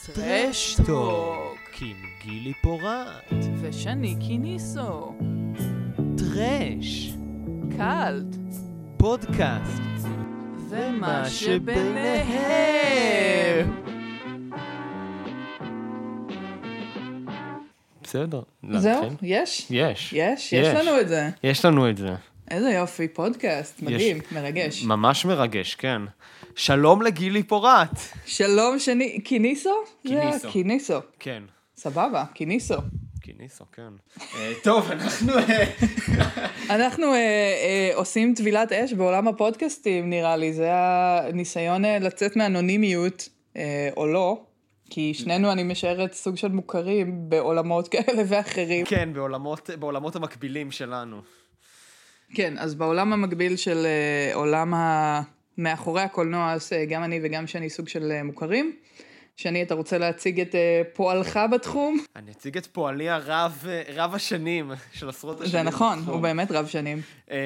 טרשטוק עם גילי פורט ושני קיניסו. טרש קלט פודקאסט ומה שביניהם. בסדר. זהו? יש? יש לנו את זה. יש לנו את זה. איזה יופי, פודקאסט, מדהים, מרגש. ממש מרגש, כן. שלום לגילי פורט. שלום שני, קיניסו? קיניסו. זה קיניסו. כן. סבבה, קיניסו. קיניסו, כן. טוב, אנחנו עושים טבילת אש בעולם הפודקאסטים, נראה לי. זה הניסיון לצאת מאנונימיות, או לא. כי שנינו, אני משערת, סוג של מוכרים בעולמות כאלה ואחרים. כן, בעולמות המקבילים שלנו. כן, אז בעולם המקביל של עולם מאחורי הקולנוע, אז גם אני וגם שני סוג של מוכרים. שני, אתה רוצה להציג את פועלך בתחום? אני אציג את פועלי רב השנים של עשרות השנים. זה נכון, בתחום. הוא באמת רב שנים.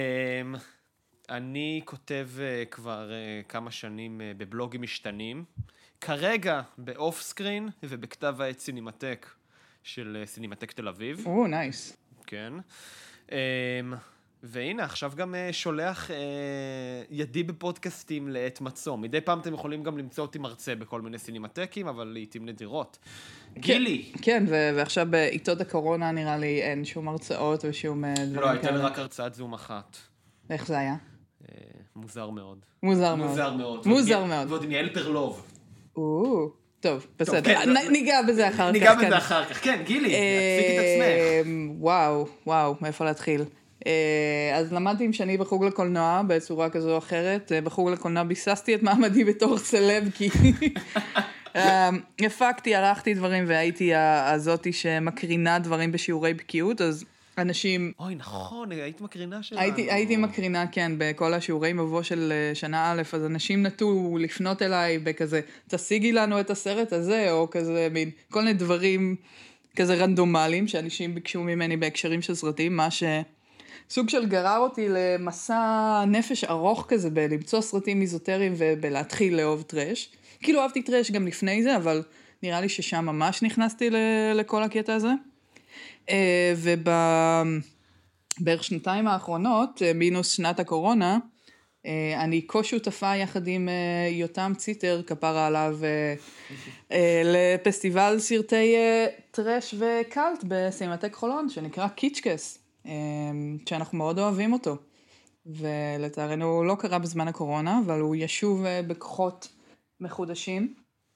אני כותב כבר כמה שנים בבלוגים משתנים. כרגע באוף סקרין ובכתב העת סינמטק של סינמטק תל אביב. נייס. כן. והנה, עכשיו גם שולח ידי בפודקאסטים לעת מצוא. מדי פעם אתם יכולים גם למצוא אותי מרצה בכל מיני סינמטקים, אבל לעתים נדירות. גילי. כן, ועכשיו בעיתות הקורונה נראה לי אין שום הרצאות ושום דברים כאלה. לא, הייתה לי רק הרצאת זום אחת. איך זה היה? מוזר מאוד. מוזר מאוד. ועוד עם יעל פרלוב. טוב, בסדר. ניגע בזה אחר כך. כן, גילי, תציגי את עצמך. וואו, מאיפה להתחיל? אז למדתי עם שני בחוג לקולנוע בצורה כזו או אחרת. בחוג לקולנוע ביססתי את מעמדי בתור סלב, כי הפקתי, ערכתי דברים והייתי הזאתי שמקרינה דברים בשיעורי בקיאות, אז אנשים... אוי, נכון, היית מקרינה שלנו. הייתי מקרינה, כן, בכל השיעורי מבוא של שנה א', אז אנשים נטו לפנות אליי בכזה, תשיגי לנו את הסרט הזה, או כזה מין, כל מיני דברים כזה רנדומליים, שאנשים ביקשו ממני בהקשרים של סרטים, מה שסוג של גרר אותי למסע נפש ארוך כזה, בלמצוא סרטים מיזוטריים ובלהתחיל לאהוב טרש. כאילו אהבתי טרש גם לפני זה, אבל נראה לי ששם ממש נכנסתי לכל הקטע הזה. ובערך שנתיים האחרונות, מינוס שנת הקורונה, אני כה שותפה יחד עם יותם ציטר, כפרה עליו, לפסטיבל סרטי טרש וקלט בסינמטק חולון, שנקרא קיצ'קס, שאנחנו מאוד אוהבים אותו. ולצערנו הוא לא קרה בזמן הקורונה, אבל הוא ישוב בכוחות מחודשים.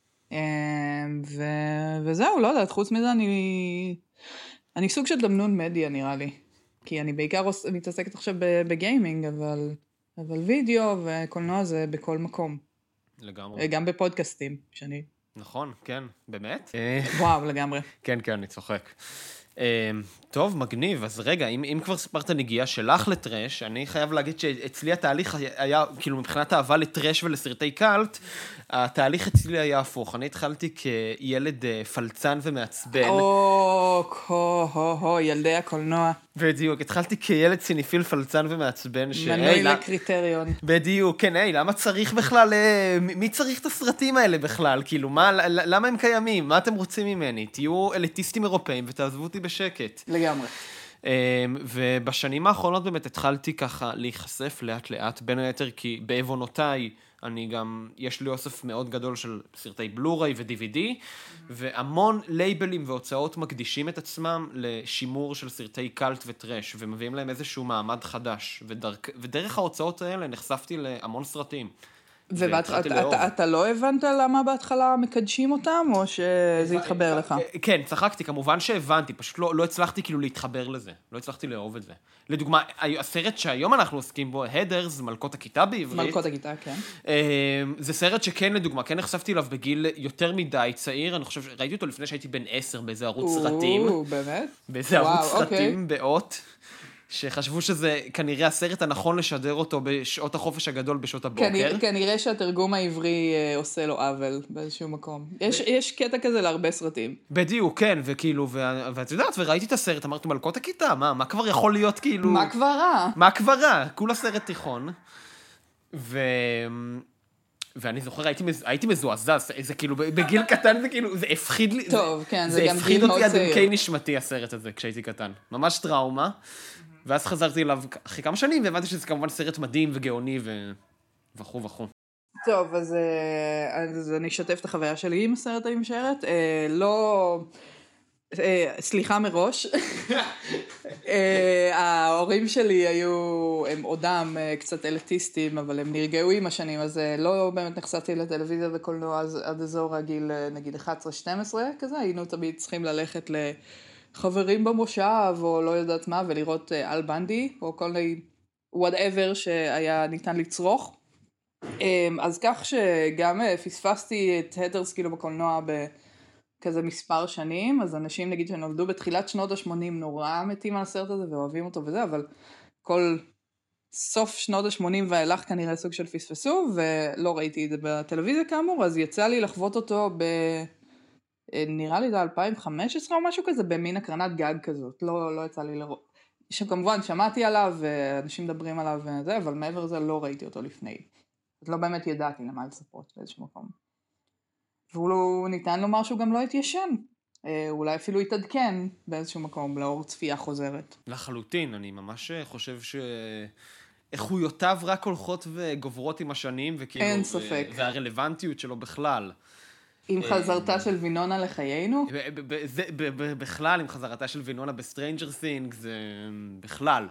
וזהו, לא יודעת, חוץ מזה אני סוג של דמנון מדיה נראה לי, כי אני בעיקר מתעסקת עכשיו בגיימינג, אבל וידאו וקולנוע זה בכל מקום. לגמרי. גם בפודקאסטים, שאני... נכון, כן, באמת? וואו, לגמרי. כן, אני צוחק. טוב, מגניב, אז רגע, אם כבר סיפרת נגיעה שלך לטרש, אני חייב להגיד שאצלי התהליך היה, כאילו מבחינת אהבה לטרש ולסרטי קלט, התהליך אצלי היה הפוך. אני התחלתי כילד פלצן ומעצבן. ילדי הקולנוע. בדיוק, התחלתי כילד סיניפיל פלצן ומעצבן. מנוי לקריטריון. בדיוק, כן, למה צריך בכלל, מי צריך את הסרטים האלה בכלל? כאילו, למה הם קיימים? מה אתם רוצים ממני? תהיו אליטיסטים אירופאים ותעזבו אותי בשקט. לגמרי. ובשנים האחרונות באמת התחלתי ככה להיחשף לאט לאט, בין היתר כי בעוונותיי יש לי אוסף מאוד גדול של סרטי בלוריי ו-DVD, והמון לייבלים והוצאות מקדישים את עצמם לשימור של סרטי קלט וטרש, ומביאים להם איזשהו מעמד חדש, ודרך ההוצאות האלה נחשפתי להמון סרטים. ואתה לא הבנת למה בהתחלה מקדשים אותם, או שזה התחבר לך? כן, צחקתי, כמובן שהבנתי, פשוט לא הצלחתי כאילו להתחבר לזה, לא הצלחתי לאהוב את זה. לדוגמה, הסרט שהיום אנחנו עוסקים בו, הדרס, מלכות הכיתה בעברית. מלכות הכיתה, כן. זה סרט שכן, לדוגמה, כן נחשפתי אליו בגיל יותר מדי צעיר, אני חושב שראיתי אותו לפני שהייתי בן 10 באיזה ערוץ סרטים. באמת? באיזה ערוץ סרטים באות. שחשבו שזה כנראה הסרט הנכון לשדר אותו בשעות החופש הגדול בשעות הבוקר. כנראה שהתרגום העברי עושה לו עוול באיזשהו מקום. יש קטע כזה להרבה סרטים. בדיוק, כן, וכאילו, ואת יודעת, וראיתי את הסרט, אמרתי, מלכות הכיתה, מה כבר יכול להיות כאילו... מה כבר רע? מה כבר רע? כולה סרט תיכון. ואני זוכר, הייתי מזועזע, זה כאילו, בגיל קטן זה כאילו, זה הפחיד לי, טוב, כן, זה גם גיל מאוד צעיר. זה הפחיד אותי עד עמקי נשמתי הסרט הזה, כשהייתי קטן. ממש טראומה, ואז חזרתי אליו אחרי כמה שנים, והבנתי שזה כמובן סרט מדהים וגאוני וכו' וכו'. טוב, אז אני אשתף את החוויה שלי עם הסרט אני משערת. לא... סליחה מראש. ההורים שלי הם עודם קצת אליטיסטים, אבל הם נרגעו עם השנים, אז לא באמת נחשפתי לטלוויזיה וקולנוע עד אזור הגיל, נגיד 11-12 כזה, היינו תמיד צריכים ללכת לחברים במושב, או לא יודעת מה, ולראות אל בנדי, או כל מיני whatever שהיה ניתן לצרוך. אז כך שגם פספסתי את הדרס כאילו בקולנוע כזה מספר שנים, אז אנשים נגיד שנולדו בתחילת שנות ה-80 נורא מתים על הסרט הזה ואוהבים אותו וזה, אבל כל סוף שנות ה-80 ואילך כנראה סוג של פספסו, ולא ראיתי את זה בטלוויזיה כאמור, אז יצא לי לחוות אותו נראה לי זה 2015 או משהו כזה, במין הקרנת גג כזאת, לא יצא לי לראות. שכמובן שמעתי עליו, ואנשים מדברים עליו וזה, אבל מעבר לזה לא ראיתי אותו לפני. אז לא באמת ידעתי למה לספרות באיזשהו מקום. והוא ניתן לומר שהוא גם לא התיישן. אולי אפילו יתעדכן באיזשהו מקום, לאור צפייה חוזרת. לחלוטין, אני ממש חושב איכויותיו רק הולכות וגוברות עם השנים, וכאילו... אין ספק. והרלוונטיות שלו בכלל. עם חזרתה של וינונה לחיינו? בכלל, עם חזרתה של וינונה בסטרנג'ר סינגס, זה בכלל.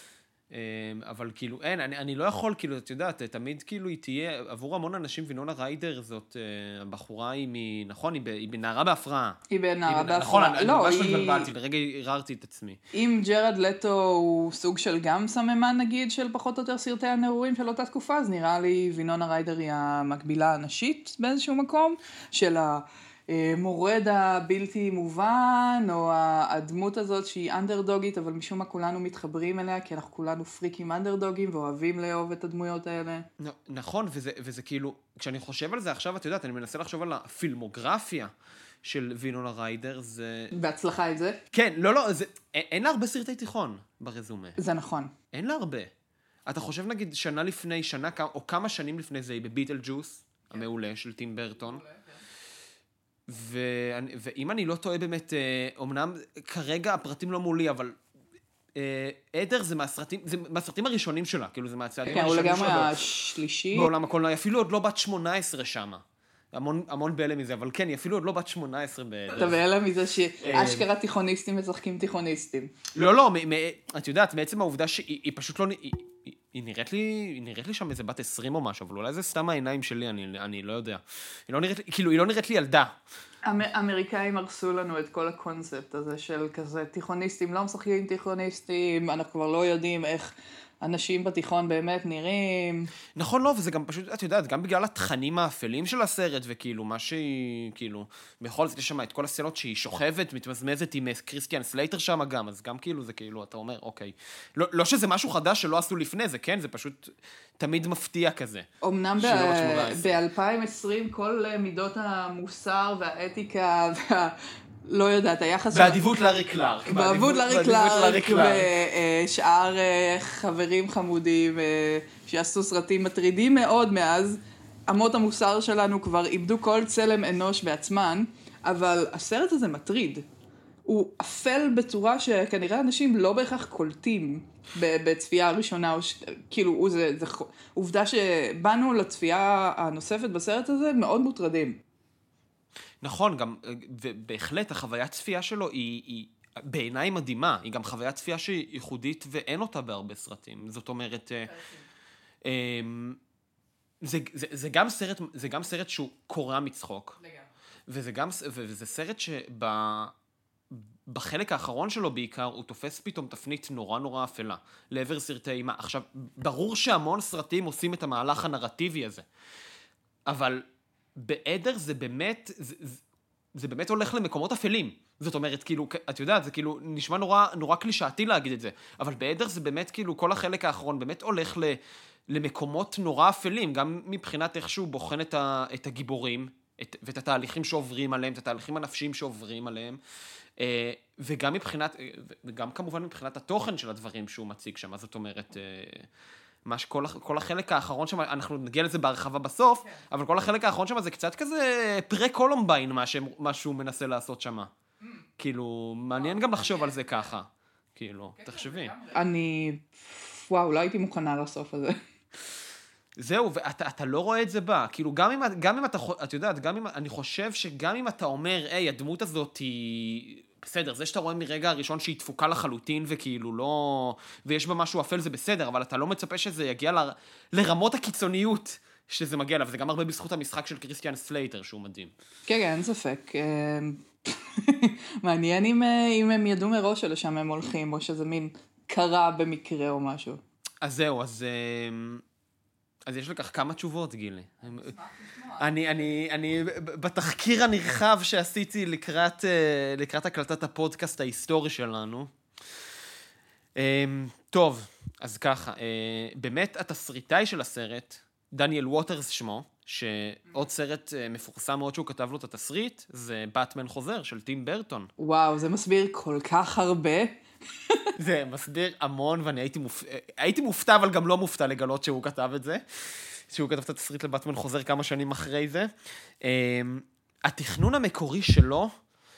אבל כאילו, אין, אני לא יכול, כאילו, את יודעת, תמיד כאילו היא תהיה, עבור המון אנשים וינונה ריידר זאת, הבחורה היא נכון, היא בנערה בהפרעה. היא בנערה בהפרעה. נכון, אני ממש מתבלבלתי, לרגע הררתי את עצמי. אם ג'רד לטו הוא סוג של גם סממן, נגיד, של פחות או יותר סרטי הנעורים של אותה תקופה, אז נראה לי וינונה ריידר היא המקבילה הנשית באיזשהו מקום, של המורד הבלתי מובן, או הדמות הזאת שהיא אנדרדוגית, אבל משום מה כולנו מתחברים אליה, כי אנחנו כולנו פריקים אנדרדוגים, ואוהבים לאהוב את הדמויות האלה. נכון, וזה כאילו, כשאני חושב על זה עכשיו, את יודעת, אני מנסה לחשוב על הפילמוגרפיה של וינונה ריידר, זה... בהצלחה עם זה? כן, לא, אין לה הרבה סרטי תיכון ברזומה. זה נכון. אין לה הרבה. אתה חושב נגיד שנה לפני, או כמה שנים לפני זה, היא בביטל ג'וס, המעולה של טים ברטון. ואם אני לא טועה באמת, אמנם כרגע הפרטים לא מולי, אבל עדר זה מהסרטים הראשונים שלה, כאילו זה מהצעדים הראשונים שלה. כן, הוא לגמרי השלישי. בעולם הקולנוע, היא אפילו עוד לא בת 18 שמה. המון בהלם מזה, אבל כן, היא אפילו עוד לא בת 18 בעדר. אתה בהלם מזה שאשכרה תיכוניסטים משחקים תיכוניסטים. לא, את יודעת, מעצם העובדה שהיא פשוט לא... היא נראית לי שם איזה בת 20 או משהו, אבל אולי זה סתם העיניים שלי, אני לא יודע. היא לא נראית לי ילדה. האמריקאים הרסו לנו את כל הקונספט הזה של כזה תיכוניסטים, לא משחקים תיכוניסטים, אנחנו כבר לא יודעים איך אנשים בתיכון באמת נראים. נכון, לא, וזה גם פשוט, את יודעת, גם בגלל התכנים האפלים של הסרט, וכאילו, מה שהיא, כאילו, בכל זאת יש שם את כל הסצנות שהיא שוכבת, מתמזמזת עם קריסטיאן סלייטר שם גם, אז גם כאילו, זה כאילו, אתה אומר, אוקיי. לא שזה משהו חדש שלא עשו לפני זה, כן? זה פשוט תמיד מפתיע כזה. אמנם ב-2020 כל מידות המוסר והאתיקה לא יודעת, היחס... באדיבות לארי קלארק. באדיבות לארי קלארק, ושאר חברים חמודים שעשו סרטים מטרידים מאוד מאז, אמות המוסר שלנו כבר איבדו כל צלם אנוש בעצמן, אבל הסרט הזה מטריד. הוא אפל בצורה שכנראה אנשים לא בהכרח קולטים בצפייה הראשונה, כאילו, זה עובדה שבאנו לצפייה הנוספת בסרט הזה מאוד מוטרדים. נכון, גם, ובהחלט החוויית צפייה שלו היא בעיניי מדהימה, היא גם חוויית צפייה שהיא ייחודית ואין אותה בהרבה סרטים, זאת אומרת, זה גם סרט שהוא קורע מצחוק, וזה סרט שבחלק האחרון שלו בעיקר הוא תופס פתאום תפנית נורא אפלה, לעבר סרטי אימה. עכשיו, ברור שהמון סרטים עושים את המהלך הנרטיבי הזה, אבל בעדר זה באמת הולך למקומות אפלים. זאת אומרת, כאילו, את יודעת, זה כאילו נשמע נורא קלישאתי להגיד את זה, אבל בעדר זה באמת כאילו כל החלק האחרון באמת הולך למקומות נורא אפלים, גם מבחינת איך שהוא בוחן את הגיבורים, ואת התהליכים שעוברים עליהם, את התהליכים הנפשיים שעוברים עליהם, וגם כמובן מבחינת התוכן של הדברים שהוא מציג שם. זאת אומרת, כל החלק האחרון שם, אנחנו נגיע לזה בהרחבה בסוף, אבל כל החלק האחרון שם זה קצת כזה פרה-קולומביין, מה שהוא מנסה לעשות שם. כאילו, מעניין גם לחשוב על זה ככה. כאילו, תחשבי. וואו, לא הייתי מוכנה לסוף הזה. זהו, ואתה לא רואה את זה בה. כאילו, גם אם את יודעת, אני חושב שגם אם אתה אומר, היי, הדמות הזאת היא... בסדר, זה שאתה רואה מרגע הראשון שהיא תפוקה לחלוטין וכאילו לא... ויש בה משהו אפל זה בסדר, אבל אתה לא מצפה שזה יגיע לרמות הקיצוניות שזה מגיע אליו. זה גם הרבה בזכות המשחק של קריסטיאן סלייטר, שהוא מדהים. כן, אין ספק. מעניין אם הם ידעו מראש שלשם הם הולכים, או שזה מין קרה במקרה או משהו. אז זהו, אז יש לכך כמה תשובות, גילי. אני בתחקיר הנרחב שעשיתי לקראת הקלטת הפודקאסט ההיסטורי שלנו. טוב, אז ככה, באמת התסריטאי של הסרט, דניאל ווטרס שמו, שעוד סרט מפורסם מאוד שהוא כתב לו את התסריט, זה באטמן חוזר של טים ברטון. וואו, זה מסביר כל כך הרבה. זה מסביר המון, ואני הייתי מופתע, אבל גם לא מופתע לגלות שהוא כתב את זה. שהוא כתב את התסריט לבאטמן חוזר כמה שנים אחרי זה. התכנון המקורי שלו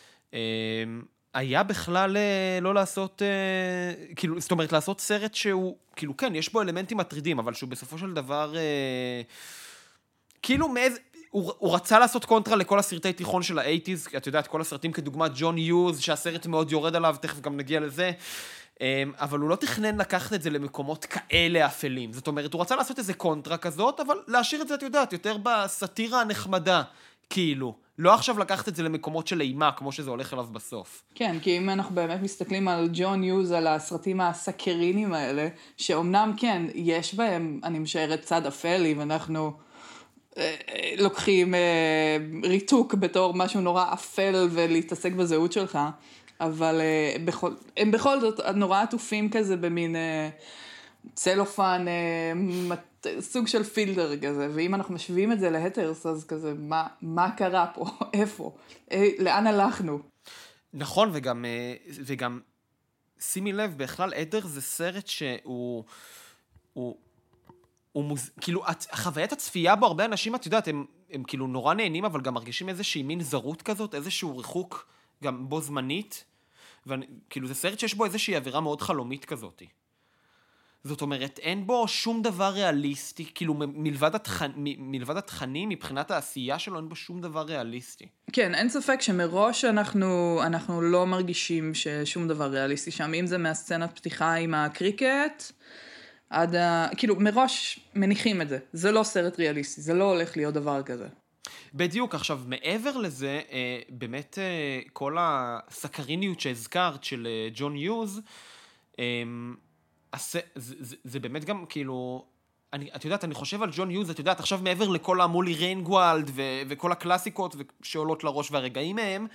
היה בכלל לא לעשות, כאילו, זאת אומרת, לעשות סרט שהוא, כאילו, כן, יש בו אלמנטים מטרידים, אבל שהוא בסופו של דבר, כאילו, הוא רצה לעשות קונטרה לכל הסרטי תיכון של ה-80s, את יודעת, כל הסרטים כדוגמת ג'ון יוז, שהסרט מאוד יורד עליו, תכף גם נגיע לזה, אבל הוא לא תכנן לקחת את זה למקומות כאלה אפלים. זאת אומרת, הוא רצה לעשות איזה קונטרה כזאת, אבל להשאיר את זה, את יודעת, יותר בסאטירה הנחמדה, כאילו. לא עכשיו לקחת את זה למקומות של אימה, כמו שזה הולך אליו בסוף. כן, כי אם אנחנו באמת מסתכלים על ג'ון יוז, על הסרטים הסקרינים האלה, שאומנם כן, יש בהם, אני משערת צד אפלי, ואנחנו לוקחים ריתוק בתור משהו נורא אפל ולהתעסק בזהות שלך, אבל הם בכל זאת נורא עטופים כזה במין צלופן, סוג של פילדר כזה, ואם אנחנו משווים את זה להטרס, אז כזה, מה קרה פה? איפה? לאן הלכנו? נכון, וגם שימי לב, בכלל, הטרס זה סרט שהוא... כאילו, חוויית הצפייה בו, הרבה אנשים, את יודעת, הם כאילו נורא נהנים, אבל גם מרגישים איזושהי מין זרות כזאת, איזשהו ריחוק גם בו זמנית, וכאילו זה סרט שיש בו איזושהי אווירה מאוד חלומית כזאת. זאת אומרת, אין בו שום דבר ריאליסטי, כאילו מלבד התכנים, מבחינת העשייה שלו, אין בו שום דבר ריאליסטי. כן, אין ספק שמראש אנחנו לא מרגישים ששום דבר ריאליסטי שם, אם זה מהסצנת פתיחה עם הקריקט, כאילו מראש מניחים את זה, זה לא סרט ריאליסטי, זה לא הולך להיות דבר כזה. בדיוק, עכשיו מעבר לזה, באמת כל הסקריניות שהזכרת של ג'ון יוז, זה באמת גם כאילו, את יודעת, אני חושב על ג'ון יוז, את יודעת, עכשיו מעבר לכל המולי ריינגוולד וכל הקלאסיקות שעולות לראש והרגעים מהם,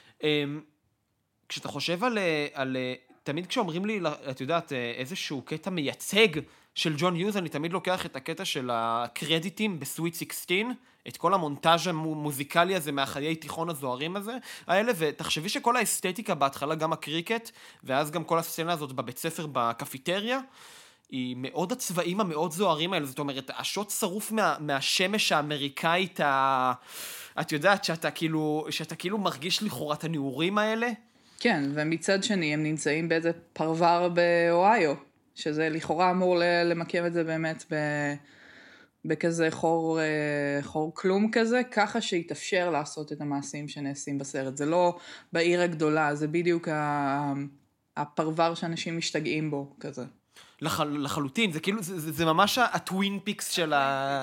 כשאתה חושב על תמיד כשאומרים לי, את יודעת, איזשהו קטע מייצג של ג'ון יוז, אני תמיד לוקח את הקטע של הקרדיטים בסוויט 16, את כל המונטאז' המוזיקלי הזה מהחיי תיכון הזוהרים האלה, ותחשבי שכל האסתטיקה בהתחלה, גם הקריקט, ואז גם כל הסצנה הזאת בבית ספר בקפיטריה, היא מאוד הצבעים המאוד זוהרים האלה, זאת אומרת, השוט שרוף מהשמש האמריקאית, את יודעת, שאתה כאילו מרגיש לכאורה את הנעורים האלה. כן, ומצד שני הם נמצאים באיזה פרוור באוהיו, שזה לכאורה אמור למקם את זה באמת בכזה חור כלום כזה, ככה שיתאפשר לעשות את המעשים שנעשים בסרט. זה לא בעיר הגדולה, זה בדיוק הפרוור שאנשים משתגעים בו כזה. לחלוטין, זה כאילו, זה ממש הטווין פיקס של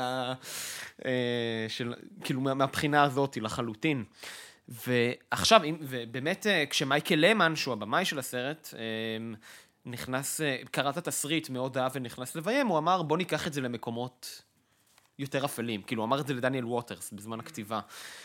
כאילו מהבחינה הזאת, לחלוטין. ועכשיו, ובאמת, כשמייקל למן, שהוא הבמאי של הסרט, נכנס, קראת התסריט מאוד אהב ונכנס לביים, הוא אמר, בוא ניקח את זה למקומות יותר אפלים. כאילו, הוא אמר את זה לדניאל ווטרס בזמן הכתיבה.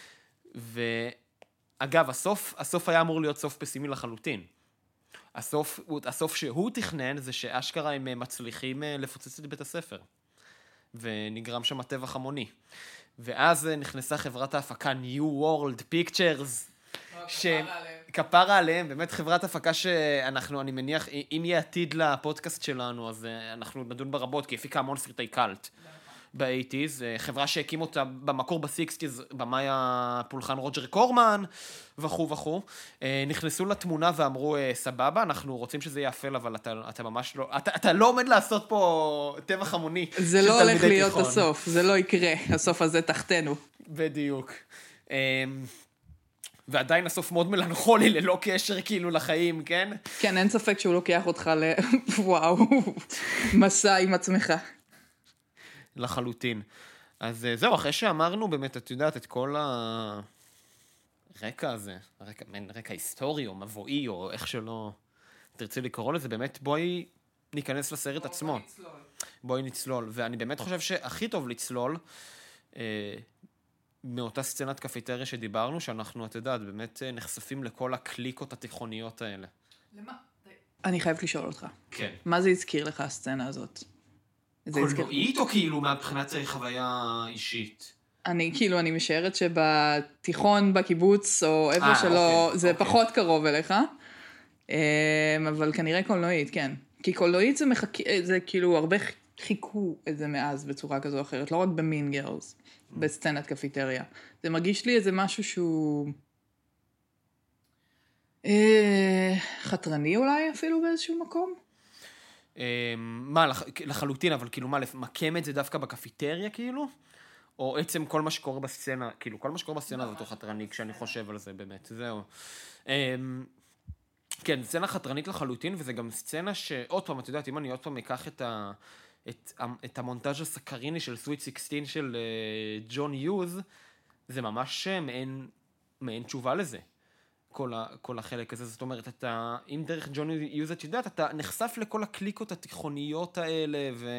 ואגב, הסוף היה אמור להיות סוף פסימי לחלוטין. הסוף שהוא תכנן זה שאשכרה הם מצליחים לפוצץ את בית הספר. ונגרם שם טבח המוני. ואז נכנסה חברת ההפקה New World Pictures, כפרה עליהם, באמת חברת הפקה שאנחנו, אני מניח, אם יהיה עתיד לפודקאסט שלנו, אז אנחנו נדון ברבות, כי הפיקה המון סרטי קלט ב-80s, חברה שהקים אותה במקור ב-60s, במאי הפולחן רוג'ר קורמן, וכו' וכו'. נכנסו לתמונה ואמרו, סבבה, אנחנו רוצים שזה יהיה אפל, אבל אתה ממש לא, אתה לא עומד לעשות פה טבח המוני. זה לא הולך להיות הסוף, זה לא יקרה, הסוף הזה תחתנו. בדיוק. ועדיין הסוף מאוד מלנכולי, ללא קשר כאילו לחיים, כן? כן, אין ספק שהוא לוקח אותך וואו, מסע עם עצמך. לחלוטין. אז זהו, אחרי שאמרנו באמת, את יודעת, את כל הרקע הזה, רקע היסטורי או מבואי, או איך שלא תרצי לקרוא לזה, באמת בואי ניכנס לסרט עצמו. בואי נצלול. ואני באמת חושב שהכי טוב לצלול, מאותה סצנת קפיטריה שדיברנו, שאנחנו, את יודעת, באמת נחשפים לכל הקליקות התיכוניות האלה. למה? אני חייבת לשאול אותך. כן. מה זה הזכיר לך, הסצנה הזאת? קולנועית או כאילו מבחינת חוויה אישית? אני משערת שבתיכון, בקיבוץ, או איפה שלא, זה פחות קרוב אליך. אבל כנראה קולנועית, כן. כי קולנועית זה כאילו הרבה חיכו את זה מאז בצורה כזו או אחרת, לא רק במין גרלס. בסצנת קפיטריה. זה מרגיש לי איזה משהו שהוא חתרני אולי אפילו באיזשהו מקום? מה, לחלוטין, אבל כאילו מה, למקם את זה דווקא בקפיטריה כאילו? או עצם כל מה שקורה בסצנה, כאילו כל מה שקורה בסצנה זה אותו חתרני כשאני חושב על זה באמת, זהו. כן, סצנה חתרנית לחלוטין, וזה גם סצנה שעוד פעם, את יודעת, אם אני עוד פעם אקח את המונטאז' הסקריני של סוויט 16 של ג'ון יוז, זה ממש מעין תשובה לזה, כל החלק הזה. זאת אומרת, אם דרך ג'ון יוז את יודעת, אתה נחשף לכל הקליקות התיכוניות האלה,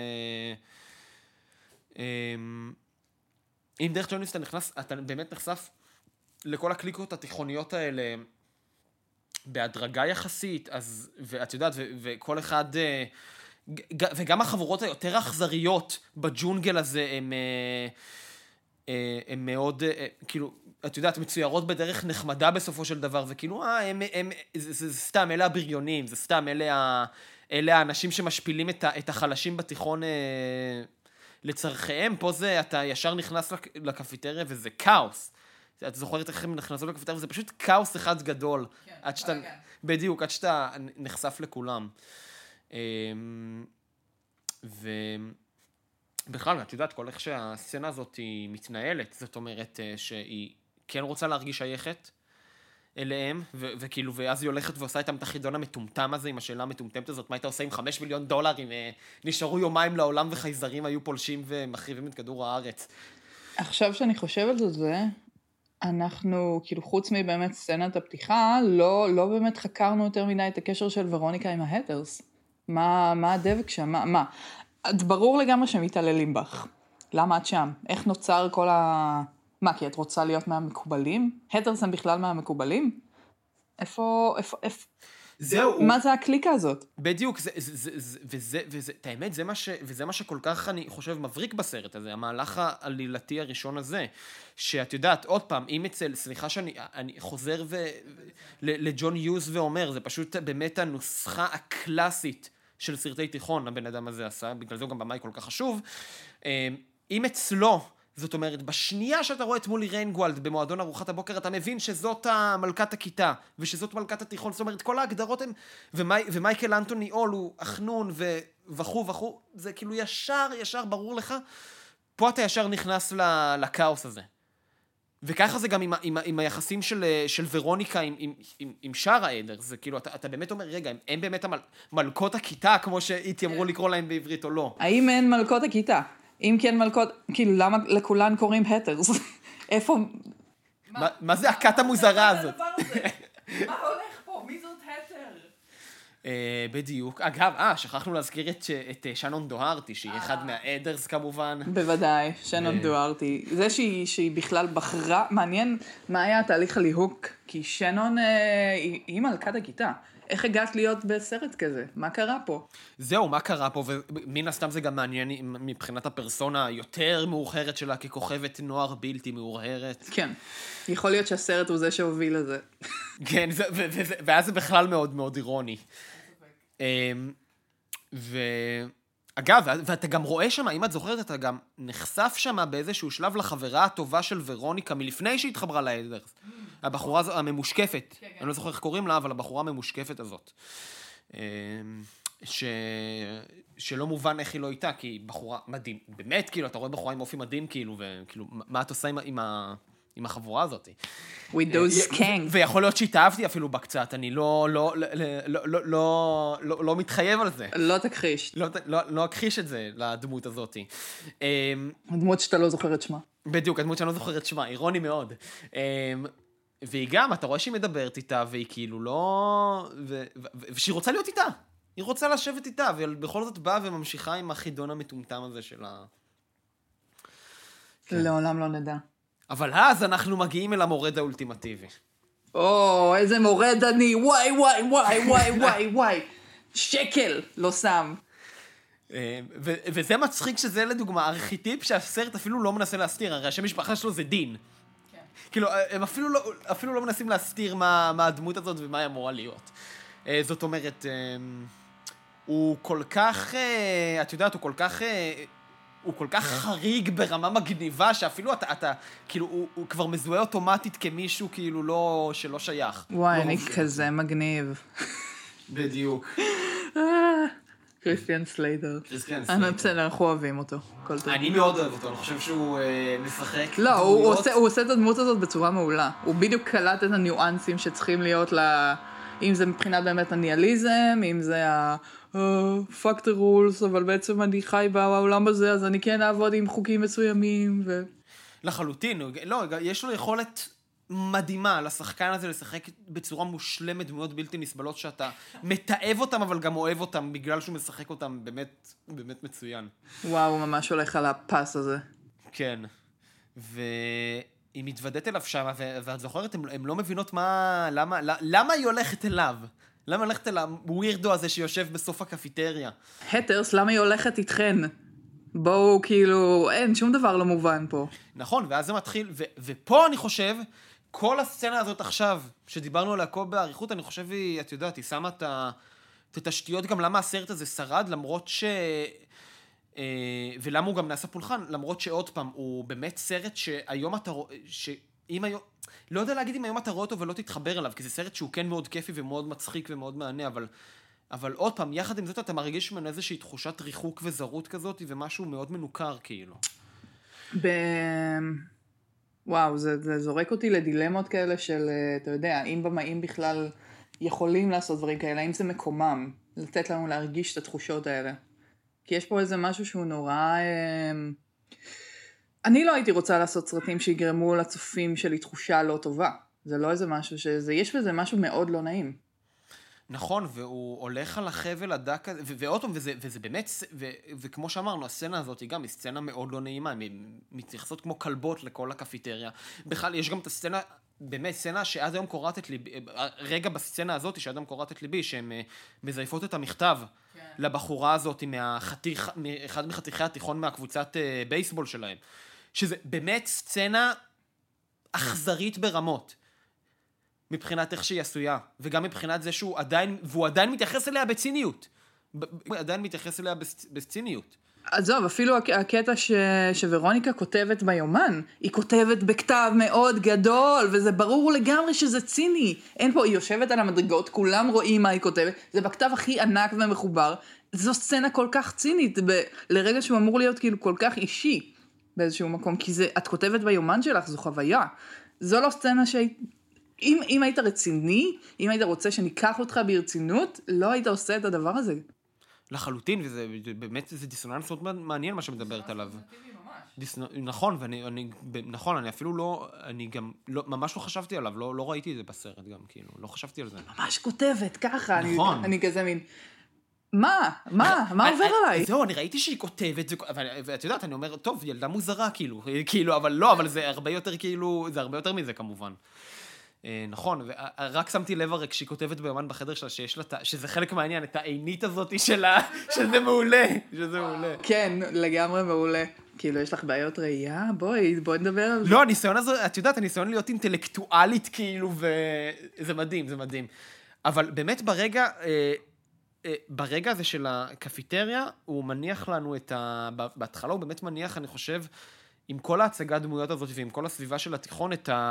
אם דרך ג'ון יוז אתה באמת נחשף לכל הקליקות התיכוניות האלה, בהדרגה יחסית, אז, ואת יודעת, וכל אחד, וגם החבורות היותר אכזריות בג'ונגל הזה, הם מאוד, כאילו, את יודעת, מצוירות בדרך נחמדה בסופו של דבר, וכאילו, זה סתם, אלה הבריונים, זה סתם, אלה האנשים שמשפילים את החלשים בתיכון לצרכיהם. פה זה, אתה ישר נכנס לקפיטריה, וזה כאוס. את זוכרת איך הם נכנסו לקפיטריה, וזה פשוט כאוס אחד גדול. עד שאתה, בדיוק, עד שאתה נחשף לכולם. ובכלל, את יודעת, כל איך שהסצנה הזאת היא מתנהלת, זאת אומרת שהיא כן רוצה להרגיש שייכת אליהם, וכאילו, ואז היא הולכת ועושה איתם את החידון המטומטם הזה, עם השאלה המטומטמת הזאת, מה היית עושה עם $5 מיליון, אם נשארו יומיים לעולם וחייזרים היו פולשים ומחריבים את כדור הארץ. עכשיו שאני חושבת על זה, אנחנו, כאילו, חוץ מבאמת סצנת הפתיחה, לא באמת חקרנו יותר מדי את הקשר של ורוניקה עם ההטרס. מה הדבק שם? מה? את ברור לגמרי שהם מתעללים בך. למה את שם? איך נוצר כל מה, כי את רוצה להיות מהמקובלים? הטרס הם בכלל מהמקובלים? איפה? זהו. מה זה הקליקה הזאת? בדיוק, את האמת, וזה מה שכל כך, אני חושב, מבריק בסרט הזה, המהלך העלילתי הראשון הזה, שאת יודעת, עוד פעם, אם סליחה שאני חוזר לג'ון יוז ואומר, זה פשוט באמת הנוסחה הקלאסית של סרטי תיכון, הבן אדם הזה עשה, בגלל זה הוא גם במאי כל כך חשוב. אם אצלו, זאת אומרת, בשנייה שאתה רואה את מולי ריינגוולד במועדון ארוחת הבוקר, אתה מבין שזאת מלכת הכיתה, ושזאת מלכת התיכון, זאת אומרת, כל ההגדרות הן, ומייקל אנטוני אול הוא אחנון וכו', זה כאילו ישר ברור לך, פה אתה ישר נכנס לקאוס הזה. וככה זה גם עם היחסים של ורוניקה עם שאר העדר, זה כאילו, אתה באמת אומר, רגע, הם באמת מלכות הכיתה, כמו שהייתי אמרו לקרוא להם בעברית או לא. האם אין מלכות הכיתה? אם כן מלכות, כאילו, למה לכולן קוראים הטרס? איפה? מה זה הכת המוזרה הזאת? מה הולך פה? מי זאת הטר? בדיוק. אגב, שכחנו להזכיר את שנון דוהרטי, שהיא אחד מהאדרס כמובן. בוודאי, שנון דוהרטי. זה שהיא בכלל בחרה, מעניין מה היה התהליך הליהוק, כי שנון היא מלכת הכיתה. איך הגעת להיות בסרט כזה? מה קרה פה? זהו, מה קרה פה, ומן הסתם זה גם מעניין מבחינת הפרסונה היותר מאוחרת שלה, ככוכבת נוער בלתי מאוחרת. כן, יכול להיות שהסרט הוא זה שהוביל לזה. כן, ואז זה בכלל מאוד מאוד אירוני. אגב, ואתה גם רואה שם, אם את זוכרת, אתה גם נחשף שם באיזשהו שלב לחברה הטובה של ורוניקה, מלפני שהתחברה לאדרס. הבחורה הממושקפת, אני לא זוכר איך קוראים לה, אבל הבחורה הממושקפת הזאת. שלא מובן איך היא לא איתה, כי היא בחורה מדהים. באמת, כאילו, אתה רואה בחורה עם אופי מדהים, כאילו, וכאילו, מה את עושה עם החבורה הזאת? With those skanks. ויכול להיות שהתאהבתי אפילו בקצת, אני לא מתחייב על זה. לא תכחיש. לא אכחיש את זה לדמות הזאת. הדמות שאתה לא זוכר את שמה. בדיוק, הדמות שאני לא זוכר את שמה, אירוני מאוד. והיא גם, אתה רואה שהיא מדברת איתה, והיא כאילו לא... ושהיא רוצה להיות איתה. היא רוצה לשבת איתה, ובכל זאת באה וממשיכה עם החידון המטומטם הזה שלה. לעולם לא נדע. אבל אז אנחנו מגיעים אל המורד האולטימטיבי. איזה מורד אני, וואי, וואי, וואי, וואי, וואי, וואי. שקל לא שם. וזה מצחיק שזה לדוגמה ארכיטיפ שהסרט אפילו לא מנסה להסתיר, הרי השם משפחה שלו זה דין. כאילו, הם אפילו לא מנסים להסתיר מה הדמות הזאת ומה היא אמורה להיות. זאת אומרת, הוא כל כך, את יודעת, הוא כל כך חריג ברמה מגניבה, שאפילו אתה כאילו, הוא כבר מזוהה אוטומטית כמישהו כאילו לא, שלא שייך. וואי, אני כזה מגניב. בדיוק. קריסטיאן סליידר. בסדר, אנחנו אוהבים אותו. אני מאוד אוהב אותו, אני חושב שהוא משחק. לא, הוא עושה את הדמות הזאת בצורה מעולה. הוא בדיוק קלט את הניואנסים שצריכים להיות אם זה מבחינת באמת הניאליזם, אם זה fuck the rules, אבל בעצם אני חי בעולם הזה, אז אני כן אעבוד עם חוקים מסוימים. לחלוטין, לא, יש לו יכולת מדהימה לשחקן הזה לשחק בצורה מושלמת, דמויות בלתי נסבלות שאתה מתאהב אותם, אבל גם אוהב אותם, בגלל שהוא משחק אותם באמת, באמת מצוין. וואו, הוא ממש הולך על הפס הזה. כן, והיא מתוודאת אליו שם, ואת זוכרת, הן לא מבינות למה היא הולכת אליו? למה הולכת אל הווירדו הזה שיושב בסוף הקפיטריה? הטרס, למה היא הולכת איתכן? בואו, כאילו, אין, שום דבר לא מובן פה. נכון, ואז זה מתחיל, ופה אני חושב, כל הסצנה הזאת עכשיו, שדיברנו עליה כל בעריכות, אני חושב, את יודעת, היא שמה את התשתיות גם למה הסרט הזה שרד, למרות ולמה הוא גם נעשה פולחן, למרות שעוד פעם, הוא באמת סרט שהיום אתה רואה, לא יודע להגיד אם היום אתה רואה אותו ולא תתחבר אליו, כי זה סרט שהוא כן מאוד כיפי ומאוד מצחיק ומאוד מענה, אבל עוד פעם, יחד עם זאת אתה מרגיש ממנו איזושהי תחושת ריחוק וזרות כזאת, ומשהו מאוד מנוכר כאילו. וואו, זה זורק אותי לדילמות כאלה של, אתה יודע, האם במאים בכלל יכולים לעשות דברים כאלה, האם זה מקומם, לתת לנו להרגיש את התחושות האלה. כי יש פה איזה משהו שהוא נורא... אני לא הייתי רוצה לעשות סרטים שיגרמו לצופים שלי תחושה לא טובה. זה לא איזה משהו יש בזה משהו מאוד לא נעים. נכון, והוא הולך על החבל הדק, ועוד פעם, וזה באמת, וכמו שאמרנו, הסצנה הזאת היא גם סצנה מאוד לא נעימה, הן מתייחסות כמו כלבות לכל הקפיטריה. בכלל, יש גם את הסצנה, באמת סצנה שעד היום קוראת את ליבי, רגע בסצנה הזאת שעד היום קוראת את ליבי, שהן מזייפות את המכתב לבחורה הזאת מאחד מחתיכי התיכון מהקבוצת בייסבול שלהם. שזה באמת סצנה אכזרית ברמות. מבחינת איך שהיא עשויה, וגם מבחינת זה שהוא עדיין מתייחס אליה בציניות. עדיין מתייחס אליה בציניות. עזוב, אפילו הקטע שוורוניקה כותבת ביומן, היא כותבת בכתב מאוד גדול, וזה ברור לגמרי שזה ציני. אין פה, היא יושבת על המדרגות, כולם רואים מה היא כותבת, זה בכתב הכי ענק ומחובר. זו סצנה כל כך צינית, לרגע שהוא אמור להיות כאילו כל כך אישי באיזשהו מקום, כי את כותבת ביומן שלך, זו חוויה. זו לא סצנה אם היית רציני, אם היית רוצה שניקח אותך ברצינות, לא היית עושה את הדבר הזה. לחלוטין, וזה באמת זה דיסוננס מאוד מעניין מה שמדברת עליו. נכון, נכון, אני אפילו לא, אני גם ממש לא חשבתי עליו, לא ראיתי את זה בסרט גם, כאילו, לא חשבתי על זה. ממש כותבת ככה, נכון. אני כזה מין, מה עובר עליי? זהו, אני ראיתי שהיא כותבת, ואת יודעת, אני אומר, טוב, ילדה מוזרה, כאילו, אבל לא, אבל זה הרבה יותר, כאילו, זה הרבה יותר מזה, כמובן. נכון, ורק שמתי לב הרי כשהיא כותבת ביומן בחדר שלה שיש לה, שזה חלק מהעניין, את העינית הזאת שלה, שזה מעולה, שזה מעולה. כן, לגמרי מעולה. כאילו, יש לך בעיות ראייה? בואי נדבר על זה. לא, הניסיון הזה, את יודעת, הניסיון להיות אינטלקטואלית כאילו, וזה מדהים, זה מדהים. אבל באמת ברגע הזה של הקפיטריה, הוא מניח לנו בהתחלה הוא באמת מניח, אני חושב, עם כל ההצגת דמויות הזאת ועם כל הסביבה של התיכון,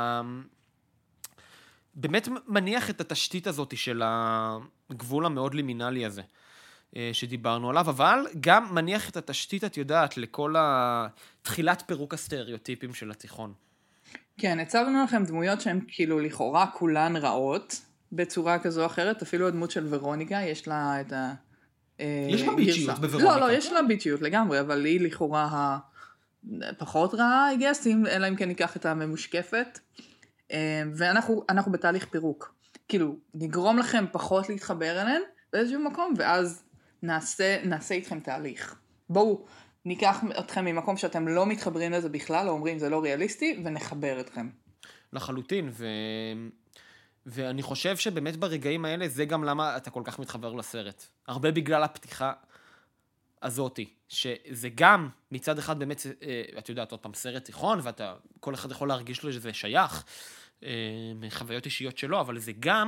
באמת מניח את התשתית הזאת של הגבול המאוד לימינלי הזה, שדיברנו עליו, אבל גם מניח את התשתית, את יודעת, לכל תחילת פירוק הסטריאוטיפים של התיכון. כן, הצבנו לכם דמויות שהן כאילו לכאורה כולן רעות, בצורה כזו או אחרת, אפילו הדמות של ורוניקה, יש לה את ה... יש לה ביצ'יות בוורוניקה. לא, יש לה ביצ'יות לגמרי, אבל היא לכאורה הפחות רעה, I guess, אלא אם כן ניקח את הממושקפת. ואנחנו בתהליך פירוק. כאילו, נגרום לכם פחות להתחבר אליהן באיזשהו מקום, ואז נעשה איתכם תהליך. בואו ניקח אתכם ממקום שאתם לא מתחברים לזה בכלל, או אומרים זה לא ריאליסטי, ונחבר אתכם. לחלוטין, ואני חושב שבאמת ברגעים האלה, זה גם למה אתה כל כך מתחבר לסרט. הרבה בגלל הפתיחה הזאתי, שזה גם מצד אחד באמת, את יודעת, עוד פעם סרט תיכון, וכל אחד יכול להרגיש לו שזה שייך, מחוויות אישיות שלו, אבל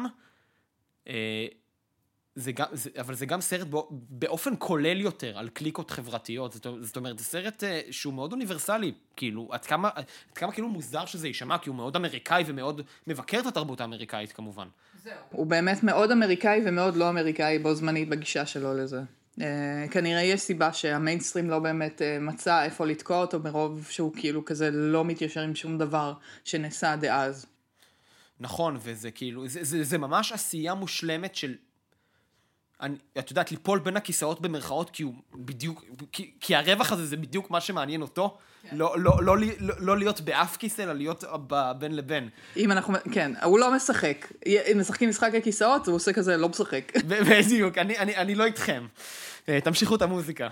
אבל זה גם סרט באופן כולל יותר, על קליקות חברתיות. זאת אומרת, זה סרט שהוא מאוד אוניברסלי, כאילו, עד כמה כאילו מוזר שזה יישמע, כי הוא מאוד אמריקאי ומאוד מבקר את התרבות האמריקאית כמובן. זהו. הוא באמת מאוד אמריקאי ומאוד לא אמריקאי בו זמנית בגישה שלו לזה. כנראה יש סיבה שהמיינסטרים לא באמת מצא איפה לתקוע אותו, מרוב שהוא כאילו כזה לא מתיישר עם שום דבר שנעשה עד אז. נכון, וזה כאילו, זה ממש עשייה מושלמת של, את יודעת, ליפול בין הכיסאות במרכאות, כי הוא בדיוק, כי הרווח הזה זה בדיוק מה שמעניין אותו, לא להיות באף כיסא, אלא להיות בין לבין. כן, הוא לא משחק. אם משחקים משחק הכיסאות, הוא עושה כזה לא משחק. בדיוק, אני לא איתכם. תמשיכו את המוזיקה.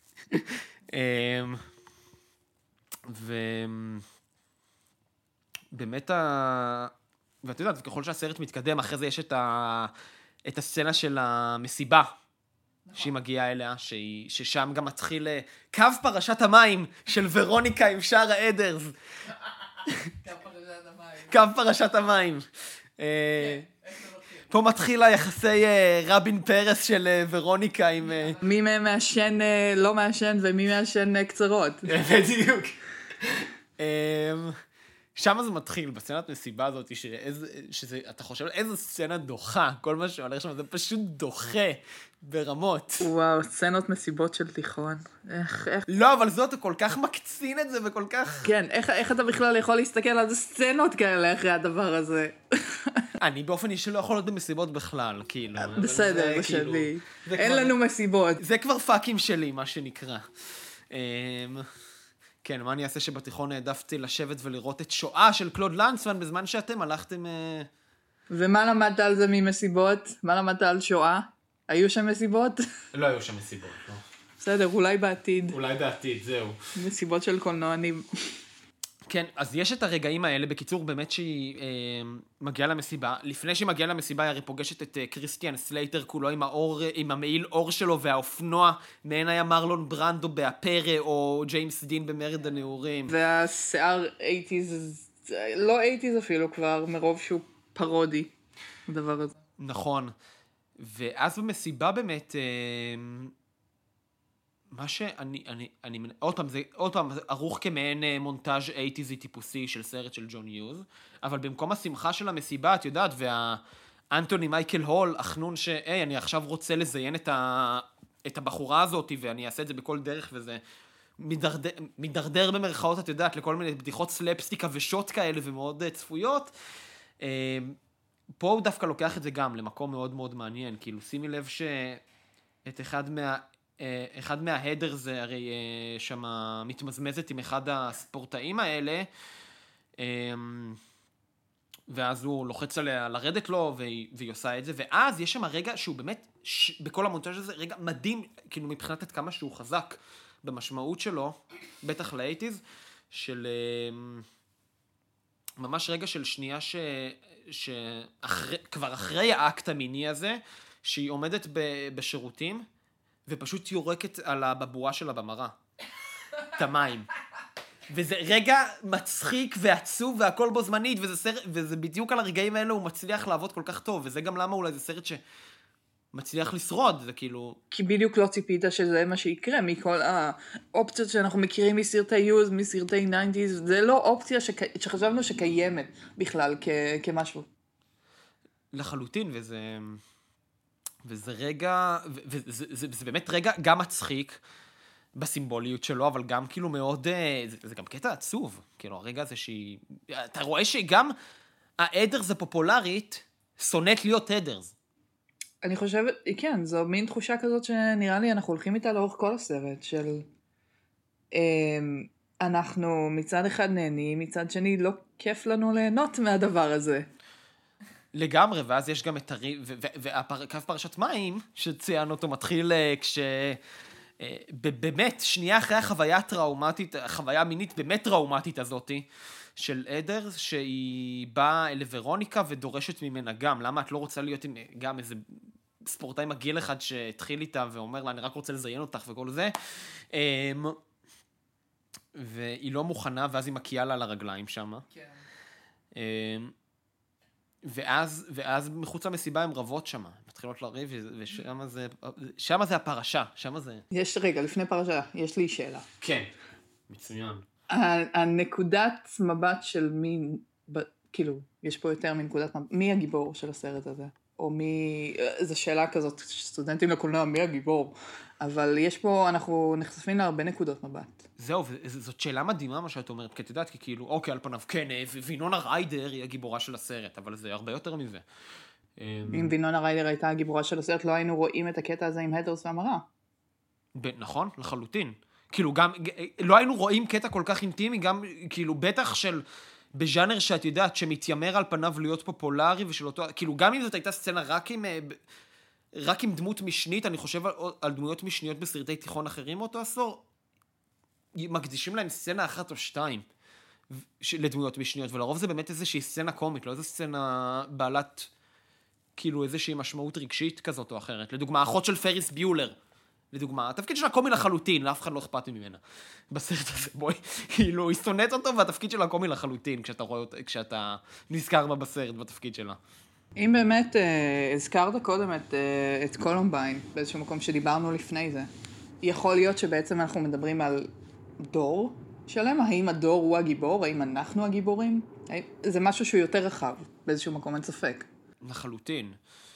ובאמת, ואת יודעת, ככל שהסרט מתקדם, אחרי זה יש את הסצנה של המסיבה, שהיא מגיעה אליה, ששם גם מתחיל קו פרשת המים של ורוניקה עם שאר העדרס. קו פרשת המים. פה מתחיל היחסי רבין פרס של ורוניקה עם... מי מהם מעשן לא מעשן ומי מעשן קצרות. בדיוק. שם זה מתחיל, בסצנת מסיבה הזאת, אתה חושב על איזו סצנה דוחה, כל מה שהולך שם זה פשוט דוחה ברמות. וואו, סצנות מסיבות של תיכון. איך... לא, אבל זאת, הוא כל כך מקצין את זה וכל כך... כן, איך אתה בכלל יכול להסתכל על זה סצנות כאלה אחרי הדבר הזה? אני באופן אישי לא יכול להיות במסיבות בכלל, כאילו. בסדר, שלי. אין לנו מסיבות. זה כבר פאקים שלי, מה שנקרא. כן, מה אני אעשה שבתיכון העדפתי לשבת ולראות את שואה של קלוד לנצמן, בזמן שאתם הלכתם... ומה למדת על זה ממסיבות? מה למדת על שואה? היו שם מסיבות? לא היו שם מסיבות, לא. בסדר, אולי בעתיד. אולי בעתיד, זהו. מסיבות של קולנוענים. כן, אז יש את הרגעים האלה, בקיצור, באמת שהיא מגיעה למסיבה. לפני שהיא מגיעה למסיבה, היא הרי פוגשת את קריסטיאן סלייטר, כולו עם המעיל אור שלו והאופנוע, מעין היה מרלון ברנדו בהפרא, או ג'יימס דין במרד הנעורים. והשיער 80s, לא 80s אפילו כבר, מרוב שהוא פרודי, הדבר הזה. נכון. ואז במסיבה באמת... מה עוד פעם, ערוך כמעין מונטאז' 80s טיפוסי של סרט של ג'ון יוז, אבל במקום השמחה של המסיבה, את יודעת, והאנטוני מייקל הול, החנון אני עכשיו רוצה לזיין את הבחורה הזאת, ואני אעשה את זה בכל דרך, וזה מדרדר במרכאות, את יודעת, לכל מיני בדיחות סלפסטיקה ושוט כאלה, ומאוד צפויות. פה הוא דווקא לוקח את זה גם למקום מאוד מאוד מעניין, כאילו שימי לב שאת אחד מההדר זה הרי שם מתמזמזת עם אחד הספורטאים האלה, ואז הוא לוחץ עליה לרדת לו, והיא עושה את זה, ואז יש שם רגע שהוא באמת, בכל המונטאז' הזה, רגע מדהים, כאילו מבחינת עד כמה שהוא חזק במשמעות שלו, בטח ל-80s, ממש רגע של שנייה כבר אחרי האקט המיני הזה, שהיא עומדת בשירותים, ופשוט יורקת על הבבואה שלה במראה. את המים. וזה רגע מצחיק ועצוב והכל בו זמנית, וזה בדיוק על הרגעים האלה הוא מצליח לעבוד כל כך טוב, וזה גם למה אולי זה סרט שמצליח לשרוד, זה כאילו... כי בדיוק לא ציפית שזה מה שיקרה, מכל האופציות שאנחנו מכירים מסרטי יוז, מסרטי 90s, זה לא אופציה שחשבנו שקיימת בכלל כמשהו. לחלוטין, וזה רגע, וזה באמת רגע גם מצחיק, בסימבוליות שלו, אבל גם כאילו מאוד, זה גם קטע עצוב, כאילו הרגע הזה אתה רואה שגם האדרס הפופולרית שונאת להיות אדרס. אני חושבת, כן, זו מין תחושה כזאת שנראה לי אנחנו הולכים איתה לאורך כל הסרט, של אנחנו מצד אחד נהנים, מצד שני לא כיף לנו ליהנות מהדבר הזה. לגמרי, ואז יש גם את קו פרשת מים, שציינו אותו מתחיל באמת, שנייה אחרי החוויה המינית באמת טראומטית הזאת, של אדרס, שהיא באה לוורוניקה ודורשת ממנה גם, למה את לא רוצה להיות עם גם איזה ספורטאי מגיל אחד שהתחיל איתה ואומר לה, אני רק רוצה לזיין אותך וכל זה, והיא לא מוכנה, ואז היא מקיאה לה על הרגליים שם. כן. ואז מחוץ למסיבה הן רבות שם, מתחילות לריב, ושם זה הפרשה, שם זה... רגע, לפני פרשה, יש לי שאלה. כן, מצוין. הנקודת מבט של מי, כאילו, יש פה יותר מנקודת מבט, מי הגיבור של הסרט הזה? או מי, זו שאלה כזאת, סטודנטים לקולנוע, מי הגיבור? אבל יש פה, אנחנו נחשפים להרבה נקודות מבט. זהו, זאת שאלה מדהימה מה שאת אומרת, כי את יודעת, כי כאילו, אוקיי, על פניו, כן, וינונה ריידר היא הגיבורה של הסרט, אבל זה הרבה יותר מזה. אם וינונה ריידר הייתה הגיבורה של הסרט, לא היינו רואים את הקטע הזה עם הדרס והמראה. נכון, לחלוטין. כאילו, גם, לא היינו רואים קטע כל כך אינטימי, גם, כאילו, בטח של, בז'אנר שאת יודעת, שמתיימר על פניו להיות פופולרי, ושל אותו, כאילו, גם אם זאת הייתה סצנה רק עם דמות משנית, אני חושב על דמויות משניות בסרטי תיכון אחרים מאותו עשור, מקדישים להם סצנה אחת או שתיים לדמויות משניות, ולרוב זה באמת איזושהי סצנה קומית, לא איזו סצנה בעלת, כאילו איזושהי משמעות רגשית כזאת או אחרת. לדוגמה, האחות של פריס ביולר, לדוגמה, התפקיד שלה קומי לחלוטין, לאף אחד לא אכפת ממנה. בסרט הזה, בואי, כאילו, היא שונאת אותו, והתפקיד שלה קומי לחלוטין, כשאתה נזכר בה בסרט, בתפקיד שלה. אם באמת הזכרת קודם את קולומביין, באיזשהו מקום שדיברנו לפני זה, יכול להיות שבעצם אנחנו מדברים על דור שלם? האם הדור הוא הגיבור? האם אנחנו הגיבורים? זה משהו שהוא יותר רחב, באיזשהו מקום, אין ספק. לחלוטין.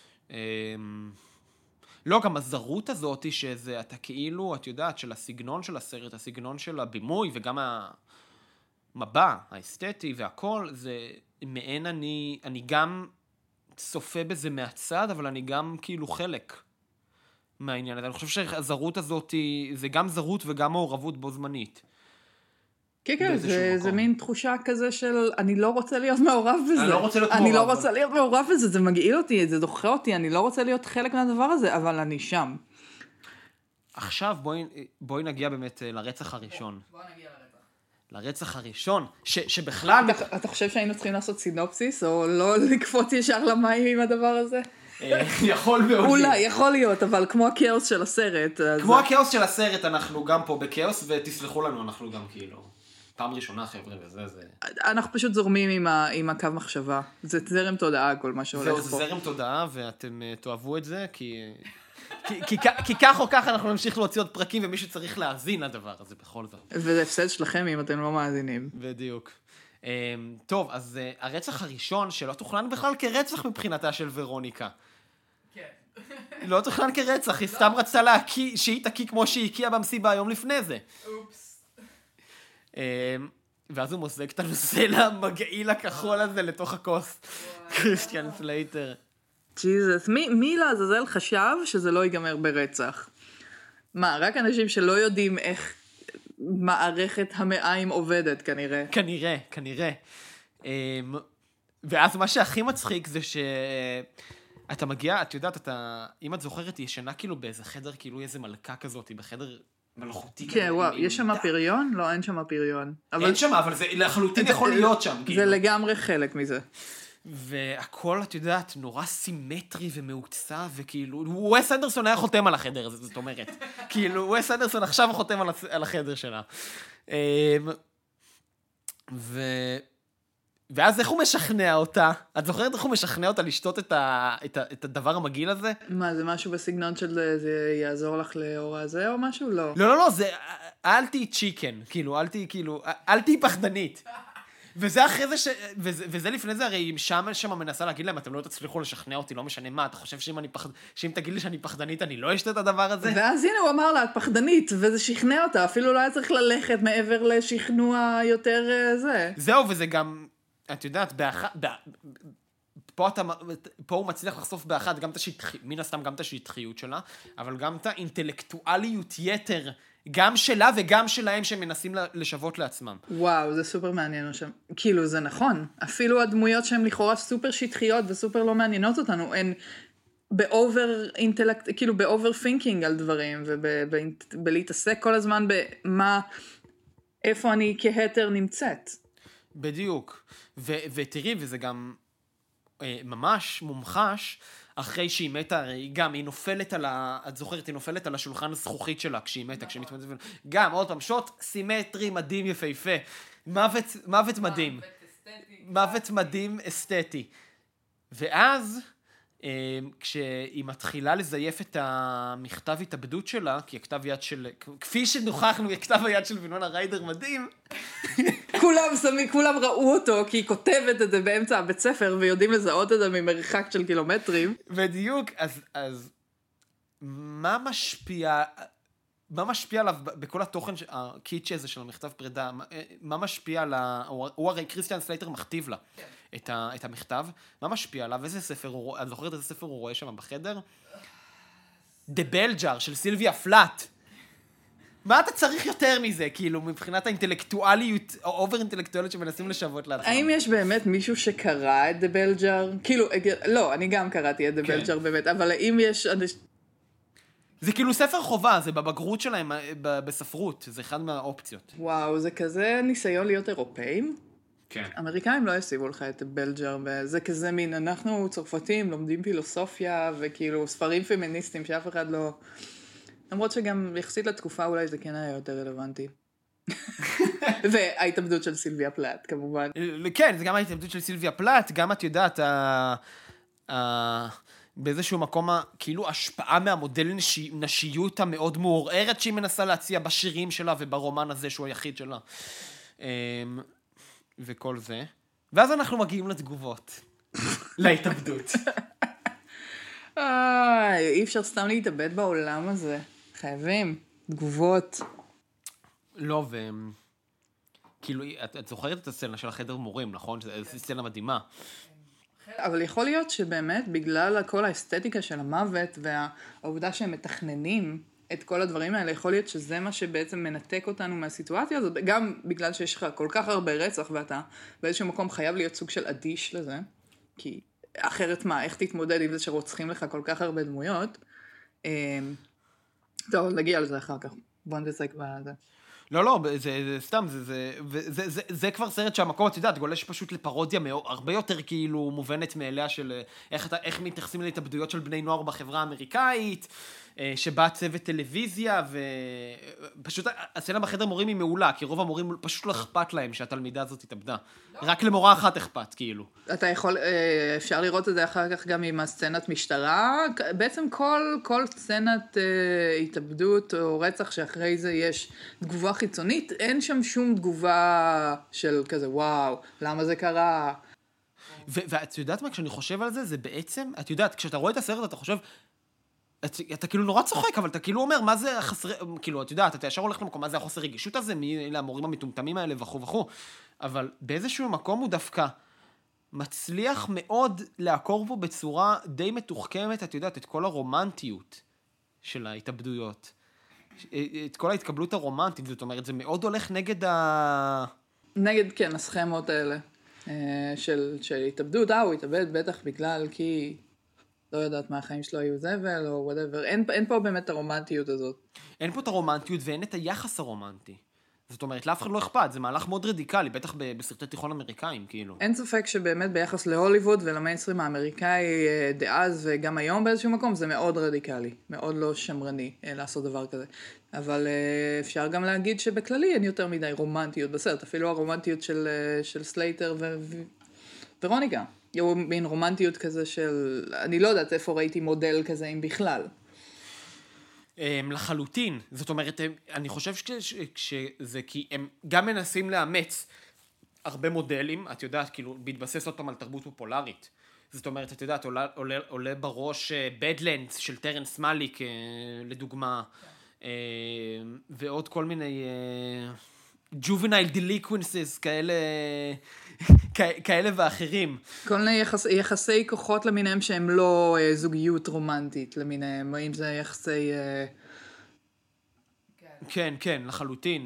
לא, גם הזרות הזאת שזה, אתה כאילו, את יודעת, של הסגנון של הסרט, הסגנון של הבימוי, וגם המבע, האסתטי והכל, זה מעין אני גם צופה בזה מהצד, אבל אני גם כאילו חלק מהעניין הזה. אני חושב שהזרות הזאת, זה גם זרות וגם מעורבות בו זמנית. כן, כן, זה מין תחושה כזה של אני לא רוצה להיות מעורב בזה. אני לא רוצה להיות מעורב בזה, זה מגעיל אותי, זה דוחה אותי, אני לא רוצה להיות חלק מהדבר הזה, אבל אני שם. עכשיו בואי נגיע באמת לרצח הראשון. בוא נגיע לרצח הראשון, שבכלל... אתה חושב שהיינו צריכים לעשות סינופסיס, או לא לקפוץ ישר למים עם הדבר הזה? יכול מאוד. אולי, יכול להיות, אבל כמו הכאוס של הסרט. כמו הכאוס של הסרט, אנחנו גם פה בכאוס, ותסלחו לנו, אנחנו גם כאילו... פעם ראשונה, חבר'ה, וזה... אנחנו פשוט זורמים עם הקו מחשבה. זה זרם תודעה, כל מה שהולך פה. זה זרם תודעה, ואתם תאהבו את זה, כי כך או כך אנחנו נמשיך להוציא עוד פרקים, ומי שצריך להאזין לדבר הזה בכל זאת. וזה הפסד שלכם אם אתם לא מאזינים. בדיוק. טוב, אז הרצח הראשון, שלא תוכנן בכלל כרצח מבחינתה של ורוניקה. כן. לא תוכנן כרצח, היא סתם רצתה שהיא תקיא כמו שהיא הקיאה במסיבה היום לפני זה. אופס. ואז הוא מוזג את הנוזל המגעיל הכחול הזה לתוך הכוס. קריסטיאן סלייטר. ג'יזוס, מי לעזאזל חשב שזה לא ייגמר ברצח? מה, רק אנשים שלא יודעים איך מערכת המעיים עובדת כנראה. כנראה. ואז מה שהכי מצחיק זה אתה מגיע, את יודעת, אם את זוכרת, היא ישנה כאילו באיזה חדר, כאילו איזה מלכה כזאת, בחדר מלאכותי. כן, וואו, יש שם פריון? לא, אין שם פריון. אין שם, אבל זה לחלוטין יכול להיות שם. זה לגמרי חלק מזה. והכל, את יודעת, נורא סימטרי ומעוצב, וכאילו, ווס אנדרסון היה חותם על החדר הזה, זאת אומרת. כאילו, ווס אנדרסון עכשיו חותם על החדר שלה. ואז איך הוא משכנע אותה? את זוכרת איך הוא משכנע אותה לשתות את הדבר המגעיל הזה? מה, זה משהו בסגנון של זה יעזור לך לאור הזה או משהו? לא. לא, זה, אל תהי צ'יקן, כאילו, אל תהי פחדנית. וזה אחרי זה, וזה לפני זה, הרי שם מנסה להגיד להם, אתם לא תצליחו לשכנע אותי, לא משנה מה, אתה חושב שאם תגיד לי שאני פחדנית, אני לא אשתה את הדבר הזה? ואז הנה הוא אמר לה, את פחדנית, וזה שכנע אותה, אפילו לא היה צריך ללכת מעבר לשכנוע יותר זה. זהו, וזה גם, את יודעת, פה הוא מצליח לחשוף באחת, מן הסתם גם את השטחיות שלה, אבל גם את האינטלקטואליות יתר, גם שלה וגם שלהם שהם מנסים לשוות לעצמם. וואו, זה סופר מעניין שם. כאילו, זה נכון. אפילו הדמויות שהן לכאורה סופר שטחיות וסופר לא מעניינות אותנו, הן באובר אינטלקט, כאילו באובר פינקינג על דברים, ובלהתעסק כל הזמן במה, איפה אני כהתר נמצאת. בדיוק. ותראי, וזה גם ממש מומחש, אחרי שהיא מתה, הרי גם היא נופלת את זוכרת, היא נופלת על השולחן הזכוכית שלה כשהיא מתה, כשהיא מתמודדת. גם, עוד פעם, שוט סימטרי, מדהים, יפהפה. מוות מדהים. מוות מדהים, אסתטי. ואז, כשהיא מתחילה לזייף את המכתב התאבדות שלה, כי הכתב יד של, כפי שנוכחנו, הכתב היד של וינונה ריידר מדהים. כולם ראו אותו, כי היא כותבת את זה באמצע הבית ספר, ויודעים לזהות את זה ממרחק של קילומטרים. בדיוק, אז מה משפיע עליו בכל התוכן הקיצ'י הזה של המכתב פרידה? מה משפיע על הוא הרי קריסטיאן סלייטר מכתיב לה את המכתב. מה משפיע עליו? איזה ספר את זוכרת איזה ספר הוא רואה שם בחדר? The Bell Jar של סילביה פלאט. מה אתה צריך יותר מזה, כאילו, מבחינת האינטלקטואליות, או אובר-אינטלקטואליות שמנסים לשוות לעצמם? האם יש באמת מישהו שקרא את The Bell Jar? כאילו, לא, אני גם קראתי את The Bell Jar באמת, אבל האם יש... זה כאילו ספר חובה, זה בבגרות שלהם בספרות, זה אחד מהאופציות. וואו, זה כזה ניסיון להיות אירופאים? כן. אמריקאים לא יסיבו לך את בלג'ר, זה כזה מין, אנחנו צרפתים לומדים פילוסופיה, וכאילו ספרים פמיניסטיים שאף אחד לא... למרות שגם יחסית לתקופה אולי זה כן היה יותר רלוונטי. וההתאבדות של סילביה פלאט, כמובן. כן, זה גם ההתאבדות של סילביה פלאט, גם את יודעת, באיזשהו מקום, כאילו השפעה מהמודל נשיות המאוד מעורערת שהיא מנסה להציע בשירים שלה וברומן הזה שהוא היחיד שלה. וכל זה. ואז אנחנו מגיעים לתגובות. להתאבדות. אי אפשר סתם להתאבד בעולם הזה. חייבים. תגובות. לא, כאילו, את זוכרת את הסצנה של החדר מורים, נכון? זו סצנה מדהימה. אבל יכול להיות שבאמת, בגלל כל האסתטיקה של המוות והעובדה שהם מתכננים את כל הדברים האלה, יכול להיות שזה מה שבעצם מנתק אותנו מהסיטואציה הזאת, גם בגלל שיש לך כל כך הרבה רצח, ואתה באיזשהו מקום חייב להיות סוג של אדיש לזה, כי אחרת מה, איך תתמודד עם זה שרוצחים לך כל כך הרבה דמויות? טוב, נגיע לזה אחר כך. בוא נתעסק בזה. לא, זה סתם, זה כבר סרט שהמקום, את יודעת, גולש פשוט לפרודיה הרבה יותר כאילו מובנת מאליה של איך מתייחסים להתאבדויות של בני נוער בחברה האמריקאית, שבא צוות טלוויזיה, ופשוט הסצנה בחדר מורים היא מעולה, כי רוב המורים פשוט לא אכפת להם שהתלמידה הזאת תתאבדה. רק למורה אחת אכפת, כאילו. אתה יכול, אפשר לראות את זה אחר כך גם עם הסצנת משטרה, בעצם כל סצנת התאבדות או רצח שאחרי זה יש תגובה חיצונית, אין שם שום תגובה של כזה, וואו, למה זה קרה? ואת יודעת מה, כשאני חושב על זה, זה בעצם, את יודעת, כשאתה רואה את הסרט, אתה חושב, אתה כאילו נורא צוחק, אבל אתה כאילו אומר, מה זה החסר, כאילו, את יודעת, אתה ישר הולך למקום, מה זה החוסר רגישות הזה, מי אלה המורים המטומטמים האלה וכו'. אבל באיזשהו מקום הוא דווקא מצליח מאוד לעקור בו בצורה די מתוחכמת, את יודעת, את כל הרומנטיות של ההתאבדויות. את כל ההתקבלות הרומנטית, זאת אומרת, זה מאוד הולך נגד נגד, כן, הסכמות האלה של התאבדות, הוא התאבד בטח בגלל כי... לא יודעת מה החיים שלו היו זבל או whatever. אין פה באמת הרומנטיות הזאת. אין פה את הרומנטיות ואין את היחס הרומנטי. זאת אומרת, לאף אחד לא אכפת, זה מהלך מאוד רדיקלי, בטח בסרטי תיכון אמריקאים, כאילו. אין ספק שבאמת ביחס להוליווד ולמיינסטרים האמריקאי דאז וגם היום באיזשהו מקום, זה מאוד רדיקלי, מאוד לא שמרני לעשות דבר כזה. אבל אפשר גם להגיד שבכללי אין יותר מדי רומנטיות בסרט, אפילו הרומנטיות של סלייטר וורוניקה. מין רומנטיות כזה של, אני לא יודעת איפה ראיתי מודל כזה אם בכלל. לחלוטין, זאת אומרת, אני חושב שזה כי הם גם מנסים לאמץ הרבה מודלים, את יודעת, כאילו, בהתבסס עוד פעם על תרבות פופולרית. זאת אומרת, את יודעת, עולה בראש בדלנדס של טרנס מאליק, לדוגמה, ועוד כל מיני juvenile delinquencies כאלה ואחרים. כל מיני יחסי כוחות למיניהם שהם לא זוגיות רומנטית למיניהם, אם זה יחסי... כן, לחלוטין.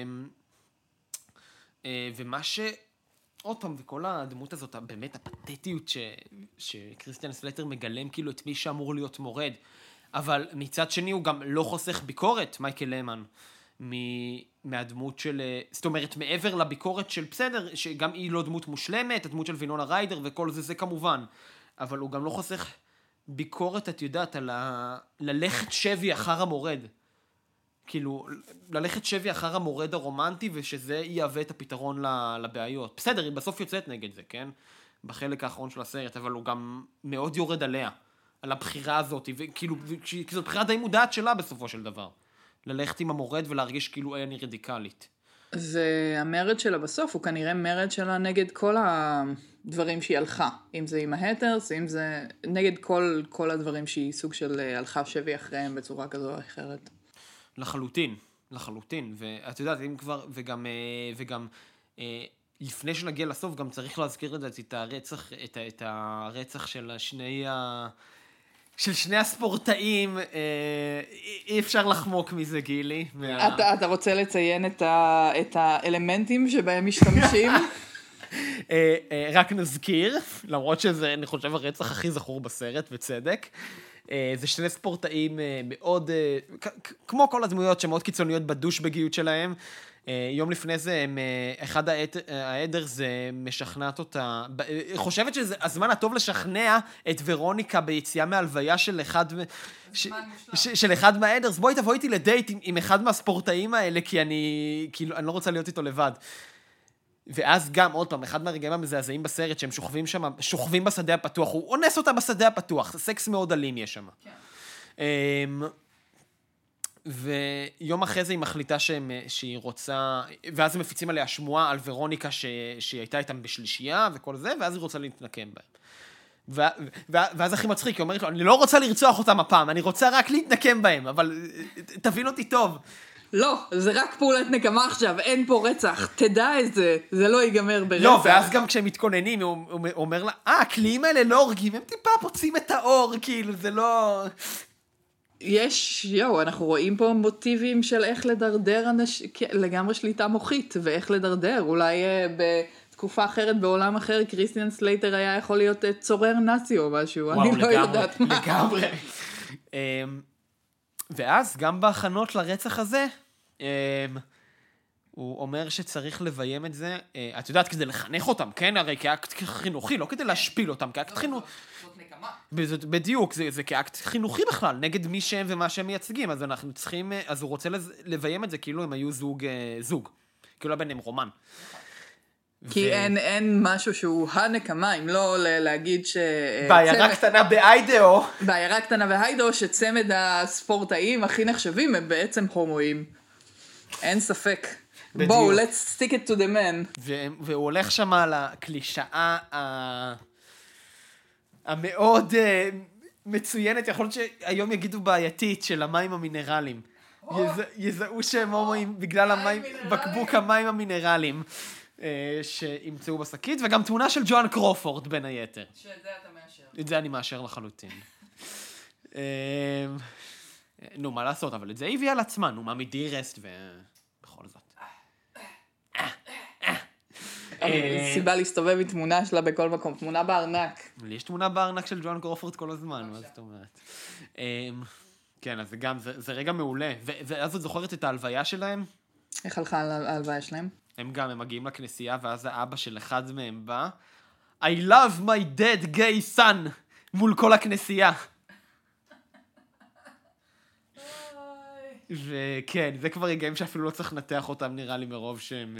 ומה עוד פעם, וכל הדמות הזאת, באמת הפתטיות שקריסטיאן סלייטר מגלם כאילו את מי שאמור להיות מורד, אבל מצד שני הוא גם לא חוסך ביקורת, מייקל למן, מהדמות של, זאת אומרת, מעבר לביקורת של בסדר, שגם היא לא דמות מושלמת, הדמות של וינונה ריידר וכל זה כמובן, אבל הוא גם לא חוסך ביקורת, את יודעת, על ללכת שבי אחר המורד. כאילו, ללכת שבי אחר המורד הרומנטי, ושזה יהווה את הפתרון לבעיות. בסדר, היא בסוף יוצאת נגד זה, כן? בחלק האחרון של הסרט, אבל הוא גם מאוד יורד עליה, על הבחירה הזאת, וכאילו, כי זו בחירה די מודעת שלה בסופו של דבר. ללכת עם המורד ולהרגיש כאילו אני רדיקלית. והמרד שלה בסוף הוא כנראה מרד שלה נגד כל הדברים שהיא הלכה. אם זה עם ההטרס, אם זה נגד כל הדברים שהיא סוג של הלכה שבי אחריהם בצורה כזו או אחרת. לחלוטין. ואת יודעת, אם כבר, וגם לפני שנגיע לסוף, גם צריך להזכיר את הרצח של שני הספורטאים, אי אפשר לחמוק מזה, גילי. אתה רוצה לציין את האלמנטים שבהם משתמשים? רק נזכיר, למרות שזה, אני חושב, הרצח הכי זכור בסרט, בצדק. זה שני ספורטאים מאוד, כמו כל הדמויות שמאוד קיצוניות בדושבגיות שלהם. יום לפני זה, אחד העדר זה משכנעת אותה, חושבת שזה הזמן הטוב לשכנע את ורוניקה ביציאה מהלוויה של אחד מהעדר, אז בואי תבואי איתי לדייט עם אחד מהספורטאים האלה, כי אני לא רוצה להיות איתו לבד. ואז גם, עוד פעם, אחד מהרגעים המזעזעים בסרט, שהם שוכבים בשדה הפתוח, הוא אונס אותה בשדה הפתוח, סקס מאוד אלים יש שם. ויום אחרי זה היא מחליטה שהיא רוצה, ואז הם מפיצים עליה שמועה על ורוניקה שהיא הייתה איתם בשלישייה וכל זה, ואז היא רוצה להתנקם בהם. ואז הכי מצחיק, היא אומרת לו, אני לא רוצה לרצוח אותם הפעם, אני רוצה רק להתנקם בהם, אבל תבין אותי טוב. לא, זה רק פעולת נקמה עכשיו, אין פה רצח, תדע את זה, זה לא ייגמר ברצח. לא, ואז גם כשהם מתכוננים, הוא אומר לה, הקליעים האלה לא הורגים, הם טיפה פוצעים את האור, כאילו, זה לא... אנחנו רואים פה מוטיבים של איך לדרדר לגמרי שליטה מוחית, ואיך לדרדר, אולי בתקופה אחרת, בעולם אחר, קריסטיאן סלייטר היה יכול להיות צורר נאצי או משהו, אני לא יודעת מה. לגמרי. ואז גם בהכנות לרצח הזה, הוא אומר שצריך לביים את זה, את יודעת, כדי לחנך אותם, כן? הרי כאקט חינוכי, לא כדי להשפיל אותם, כאקט חינוכי. בדיוק, זה כאקט חינוכי בכלל, נגד מי שהם ומה שהם מייצגים, אז אנחנו צריכים, אז הוא רוצה לביים את זה כאילו הם היו זוג, כאילו ביניהם רומן. כי אין משהו שהוא הנקמה, אם לא להגיד ש... בעיירה קטנה באיידאו, שצמד הספורטאים הכי נחשבים הם בעצם הומואים. אין ספק. בואו, let's stick it to the man. והוא הולך שם על הקלישאה המאוד מצוינת, יכול להיות שהיום יגידו בעייתית, של המים המינרליים. יזהו שהם הומואים בגלל בקבוק המים המינרליים. שימצאו בשקית, וגם תמונה של ג'ואן קרופורד בין היתר. שאת זה אתה מאשר. את זה אני מאשר לחלוטין. נו, מה לעשות, אבל את זה הביא על עצמה, נו, מה מדירסט ובכל זאת. סיבה להסתובב עם תמונה שלה בכל מקום, תמונה בארנק. לי יש תמונה בארנק של ג'ואן קרופורד כל הזמן, מה זאת אומרת? כן, אז זה רגע מעולה. ואז את זוכרת את ההלוויה שלהם? איך הלכה ההלוויה שלהם? הם מגיעים לכנסייה, ואז האבא של אחד מהם בא, I love my dead gay son, מול כל הכנסייה. וכן, זה כבר רגעים שאפילו לא צריך לנתח אותם, נראה לי מרוב שהם...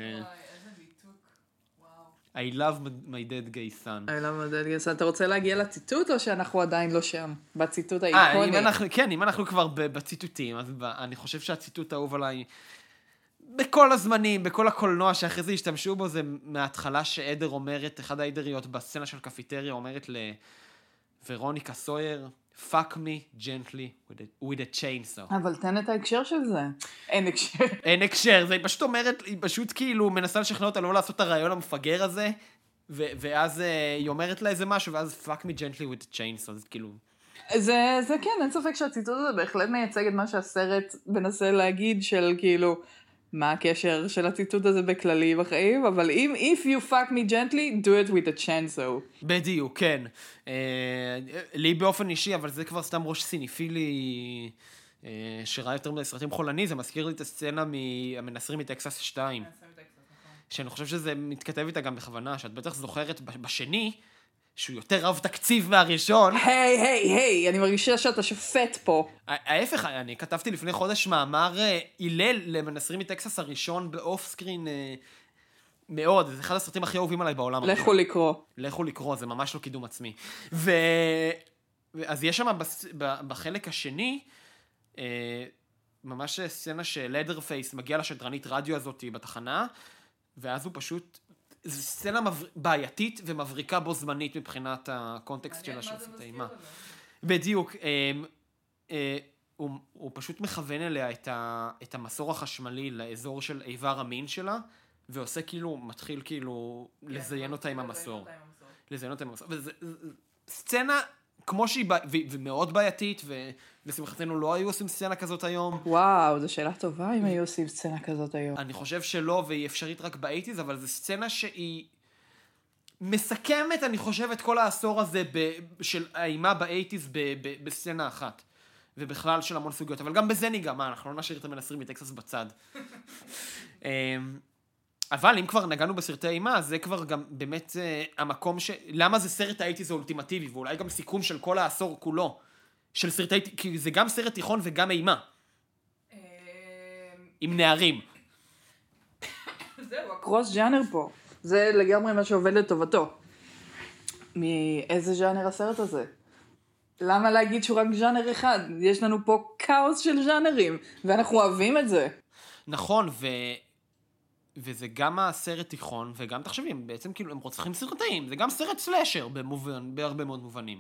I love my dead gay son. I love my dead gay son. אתה רוצה להגיע לציטוט, או שאנחנו עדיין לא שם? בציטוט האיקוני? כן, אם אנחנו כבר בציטוטים, אז אני חושב שהציטוט האהוב עליי, בכל הזמנים, בכל הקולנוע שאחרי זה השתמשו בו, זה מההתחלה שעדר אומרת, אחד העדריות בסצנה של קפיטריה אומרת לוורוניקה סויר, fuck me gently with a chainsaw. אבל תן את ההקשר של זה. אין הקשר. אין הקשר, זה פשוט אומרת, היא פשוט כאילו מנסה לשכנע אותה לא לעשות את הרעיון המפגר הזה, ואז היא אומרת לה איזה משהו, ואז fuck me gently with a chainsaw, זה כאילו... זה כן, אין ספק שהציטוט הזה בהחלט מייצג את מה שהסרט מנסה להגיד של כאילו... מה הקשר של הציטוט הזה בכללי בחיים, אבל if you fuck me gently, do it with a chainsaw. בדיוק, כן. לי באופן אישי, אבל זה כבר סתם ראש סיניפילי שראה יותר מדי סרטים חולני, זה מזכיר לי את הסצנה מהמנסרים מטקסס 2. שאני חושב שזה מתכתב איתה גם בכוונה, שאת בטח זוכרת בשני, שהוא יותר רב תקציב מהראשון. היי, אני מרגישה שאתה שופט פה. ההפך, אני כתבתי לפני חודש מאמר הילל למנסרים מטקסס הראשון באוף סקרין מאוד, זה אחד הסרטים הכי אהובים עליי בעולם. לכו לקרוא. זה ממש לא קידום עצמי. אז יש שם בחלק השני, ממש סצנה שלדרפייס מגיע לשדרנית רדיו הזאת בתחנה, ואז הוא פשוט... זו סצנה בעייתית ומבריקה בו זמנית מבחינת הקונטקסט של השופט האימה. בדיוק. הוא פשוט מכוון אליה את המסור החשמלי לאזור של איבר המין שלה, ועושה כאילו, מתחיל כאילו לזיין אותה עם המסור. לזיין אותה עם המסור. וזו סצנה כמו שהיא מאוד בעייתית, ולשמחתנו לא היו עושים סצנה כזאת היום. וואו, זו שאלה טובה אם היו עושים סצנה כזאת היום. אני חושב שלא, והיא אפשרית רק באייטיז, אבל זו סצנה שהיא מסכמת, אני חושב, את כל העשור הזה של האימה באייטיז בסצנה אחת. ובכלל של המון סוגיות, אבל גם בזה ניגע, אנחנו לא נשאיר את המנסרים מטקסס בצד. אבל אם כבר נגענו בסרטי אימה, זה כבר גם באמת המקום למה זה סרט האייטיז האולטימטיבי, ואולי גם סיכום של כל העשור כולו, של סרטי, כי זה גם סרט תיכון וגם אימה. עם נערים. זהו, הקרוס ז'אנר פה. זה לגמרי מה שעובד לטובתו. מאיזה ז'אנר הסרט הזה? למה להגיד שהוא רק ז'אנר אחד? יש לנו פה כאוס של ז'אנרים, ואנחנו אוהבים את זה. נכון, וזה גם הסרט תיכון, וגם תחשבים, בעצם כאילו הם רוצחים סרטאים, זה גם סרט סלאשר בהרבה מאוד מובנים.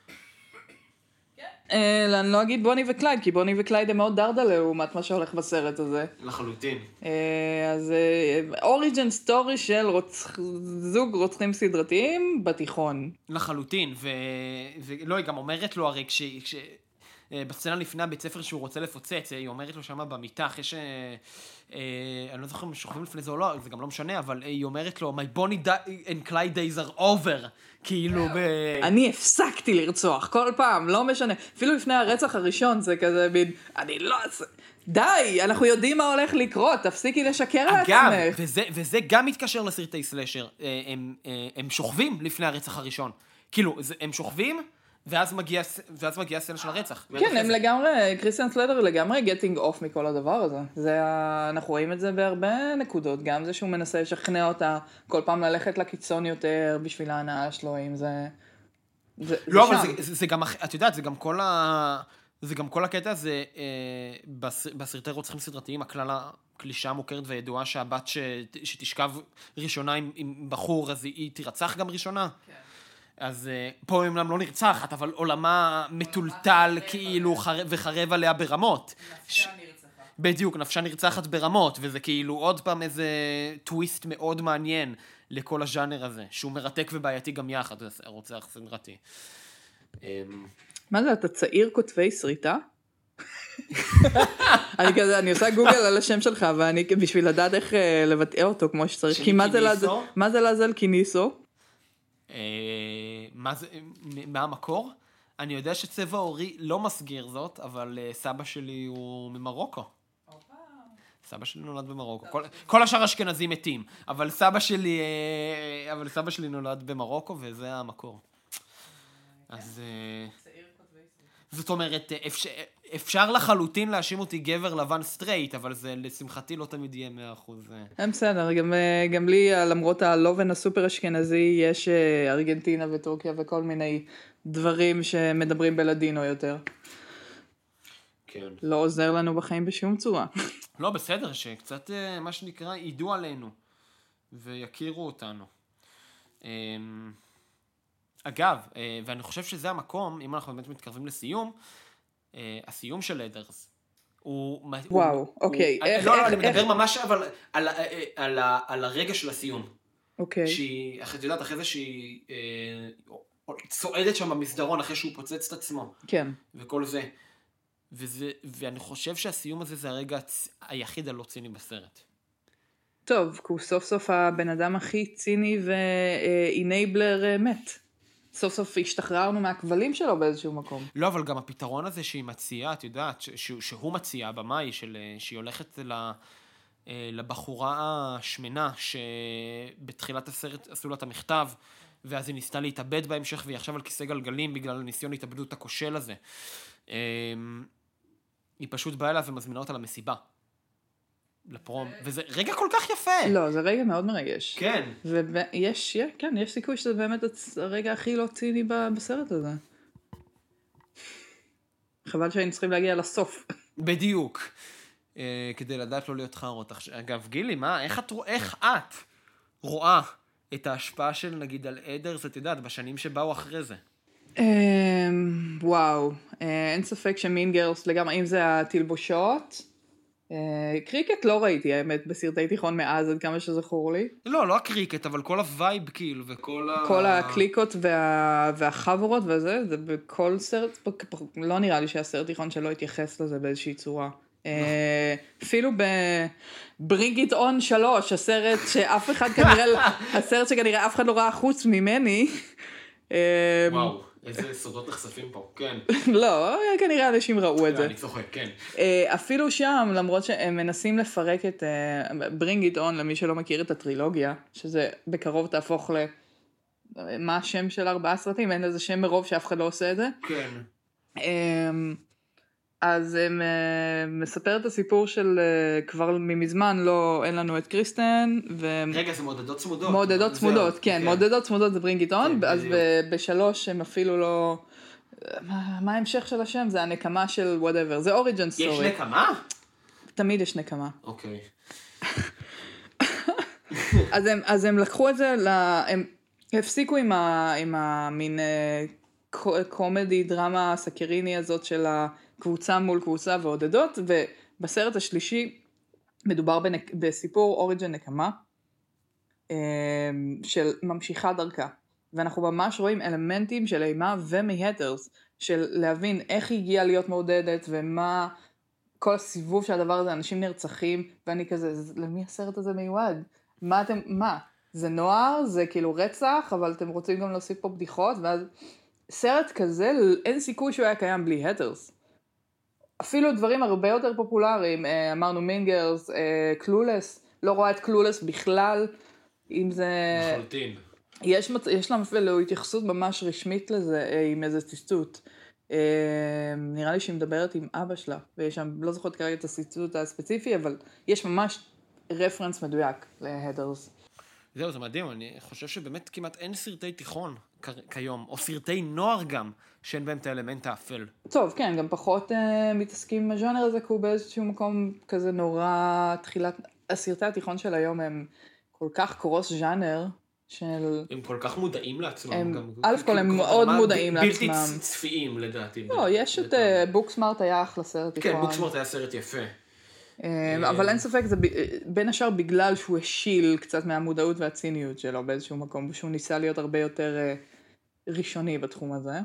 אני לא אגיד בוני וקלייד, כי בוני וקלייד הם מאוד דרדה לעומת מה שהולך בסרט הזה. לחלוטין. אז אוריג'ן סטורי של זוג רוצחים סדרתיים בתיכון. לחלוטין, ולא, היא גם אומרת לו הרי בסצנה לפני הבית ספר שהוא רוצה לפוצץ, היא אומרת לו שמה במיטה, אחרי אני לא זוכר אם שוכבים לפני זה או לא, זה גם לא משנה, אבל היא אומרת לו, my Bonnie and Clyde days are over, כאילו אני הפסקתי לרצוח כל פעם, לא משנה, אפילו לפני הרצח הראשון זה כזה בין, אני לא... די, אנחנו יודעים מה הולך לקרות, תפסיקי לשקר לעצמך. אגב, וזה גם מתקשר לסרטי סלאשר, הם שוכבים לפני הרצח הראשון, כאילו, הם שוכבים, ואז מגיעה סצנה של הרצח. כן, הם לגמרי, קריסטיאן סלדר לגמרי getting off מכל הדבר הזה. אנחנו רואים את זה בהרבה נקודות, גם זה שהוא מנסה לשכנע אותה כל פעם ללכת לקיצון יותר בשביל ההנאה שלו, אם זה... לא, אבל זה גם, את יודעת, זה גם כל הקטע הזה, בסרטי רוצחים סדרתיים, הכלל הקלישה המוכרת וידועה שהבת שתשכב ראשונה עם בחור, אז היא תרצח גם ראשונה. כן. אז פה אמנם לא נרצחת, אבל עולמה מטולטל כאילו וחרב עליה ברמות. נפשה נרצחה. בדיוק, נפשה נרצחת ברמות, וזה כאילו עוד פעם איזה טוויסט מאוד מעניין לכל הז'אנר הזה, שהוא מרתק ובעייתי גם יחד, הרוצח סדרתי. מה זה, אתה צעיר כותבי סריטה? אני עושה גוגל על השם שלך, ואני בשביל לדעת איך לבטא אותו כמו שצריך, כי מה זה לעזל קיניסו? מה המקור? אני יודע שצבע אורי לא מסגיר זאת, אבל סבא שלי הוא ממרוקו. סבא שלי נולד במרוקו. כל השאר אשכנזים מתים, אבל סבא שלי נולד במרוקו, וזה המקור. אז זאת אומרת, אפשר לחלוטין להאשים אותי גבר לבן סטרייט, אבל זה לשמחתי לא תמיד יהיה 100%. בסדר, גם לי, למרות הלובן הסופר אשכנזי, יש ארגנטינה וטורקיה וכל מיני דברים שמדברים בלדינו יותר. כן. לא עוזר לנו בחיים בשום צורה. לא, בסדר, שקצת מה שנקרא ידעו עלינו ויכירו אותנו. אגב, ואני חושב שזה המקום, אם אנחנו באמת מתקרבים לסיום, הסיום של הדרס. וואו, אוקיי. לא, אני מדבר ממש אבל על הרגע של הסיום. אוקיי. את יודעת, אחרי זה שהיא צועדת שם במסדרון, אחרי שהוא פוצץ את עצמו. כן. וכל זה. ואני חושב שהסיום הזה זה הרגע היחיד הלא ציני בסרט. טוב, כי הוא סוף סוף הבן אדם הכי ציני ואינייבלר מת. סוף סוף השתחררנו מהכבלים שלו באיזשהו מקום. לא, אבל גם הפתרון הזה שהיא מציעה, את יודעת, שהוא מציע במאי, שהיא הולכת לבחורה השמנה, שבתחילת הסרט עשו לה את המכתב, ואז היא ניסתה להתאבד בהמשך, והיא עכשיו על כיסא גלגלים בגלל הניסיון התאבדות הכושל הזה. היא פשוט באה אליו ומזמינה אותה למסיבה. לפרום, וזה רגע כל כך יפה. לא, זה רגע מאוד מרגש. כן. ויש, כן, יש סיכוי שזה באמת הרגע הכי לא ציני בסרט הזה. חבל שהיינו צריכים להגיע לסוף. בדיוק. כדי לדעת לא להיות חרות. אגב, גילי, איך את רואה את ההשפעה של, נגיד, על אדרס, את יודעת, בשנים שבאו אחרי זה? וואו, אין ספק שמין גרס לגמרי, אם זה התלבושות, קריקט לא ראיתי, האמת, בסרטי תיכון מאז, עד כמה שזכור לי. לא הקריקט, אבל כל הווייב, כאילו, וכל כל הקליקות והחברות וזה, זה בכל סרט, לא נראה לי שהסרט תיכון שלא התייחס לזה באיזושהי צורה. אפילו ב-Bring It On 3, הסרט שכנראה אף אחד לא ראה חוץ ממני. וואו. איזה סודות נחשפים פה, כן. לא, כנראה אנשים ראו את זה. אני צוחק, כן. אפילו שם, למרות שהם מנסים לפרק את Bring It On, למי שלא מכיר את הטרילוגיה, שזה בקרוב תהפוך מה השם של 4 סרטים, אין לזה שם מרוב שאף אחד לא עושה את זה. כן. אז מספר את הסיפור של כבר ממזמן אין לנו את קריסטן. רגע, זה מעודדות צמודות. מעודדות צמודות, כן. מעודדות צמודות זה Bring It On, אז ב3 הם אפילו לא... מה ההמשך של השם? זה הנקמה של whatever, זה Origin Story. יש נקמה? תמיד יש נקמה. אוקיי. אז הם לקחו את זה, הם הפסיקו עם המין קומדי, דרמה סקריני הזאת של קבוצה מול קבוצה ועודדות, ובסרט השלישי מדובר בסיפור אוריג'ן נקמה, של ממשיכה דרכה, ואנחנו ממש רואים אלמנטים של אימה ומהטרס, של להבין איך היא הגיעה להיות מעודדת, ומה כל הסיבוב של הדבר הזה, אנשים נרצחים, ואני כזה, למי הסרט הזה מיועד? מה? זה נוער, זה כאילו רצח, אבל אתם רוצים גם להוסיף פה בדיחות, ואז סרט כזה, אין סיכוי שהוא היה קיים בלי הטרס. אפילו דברים הרבה יותר פופולריים, אמרנו מינגרס, קלולס, לא רואה את קלולס בכלל, אם זה... מחלטין. יש להם אפילו התייחסות ממש רשמית לזה, עם איזה ציטוט. נראה לי שהיא מדברת עם אבא שלה, ויש שם, לא זוכרת כרגע את הציטוט הספציפי, אבל יש ממש רפרנס מדויק להדרס. זהו, זה מדהים, אני חושב שבאמת כמעט אין סרטי תיכון כיום, או סרטי נוער גם, שאין בהם את האלמנט האפל. טוב, כן, גם פחות מתעסקים עם הז'אנר הזה, כי הוא באיזשהו מקום כזה נורא תחילת, הסרטי התיכון של היום הם כל כך קרוס ז'אנר, הם כל כך מודעים לעצמם. א' כל הם מאוד מודעים לעצמם. בלתי צפיים לדעתי. לא, יש את בוקסמארט היה אחלה סרט תיכון. כן, בוקסמארט היה סרט יפה. אבל אין ספק, זה בין השאר בגלל שהוא השיל קצת מהמודעות והציניות שלו באיזשהו מקום, ושהוא ניסה להיות הרבה יותר ראשוני בתחום הזה.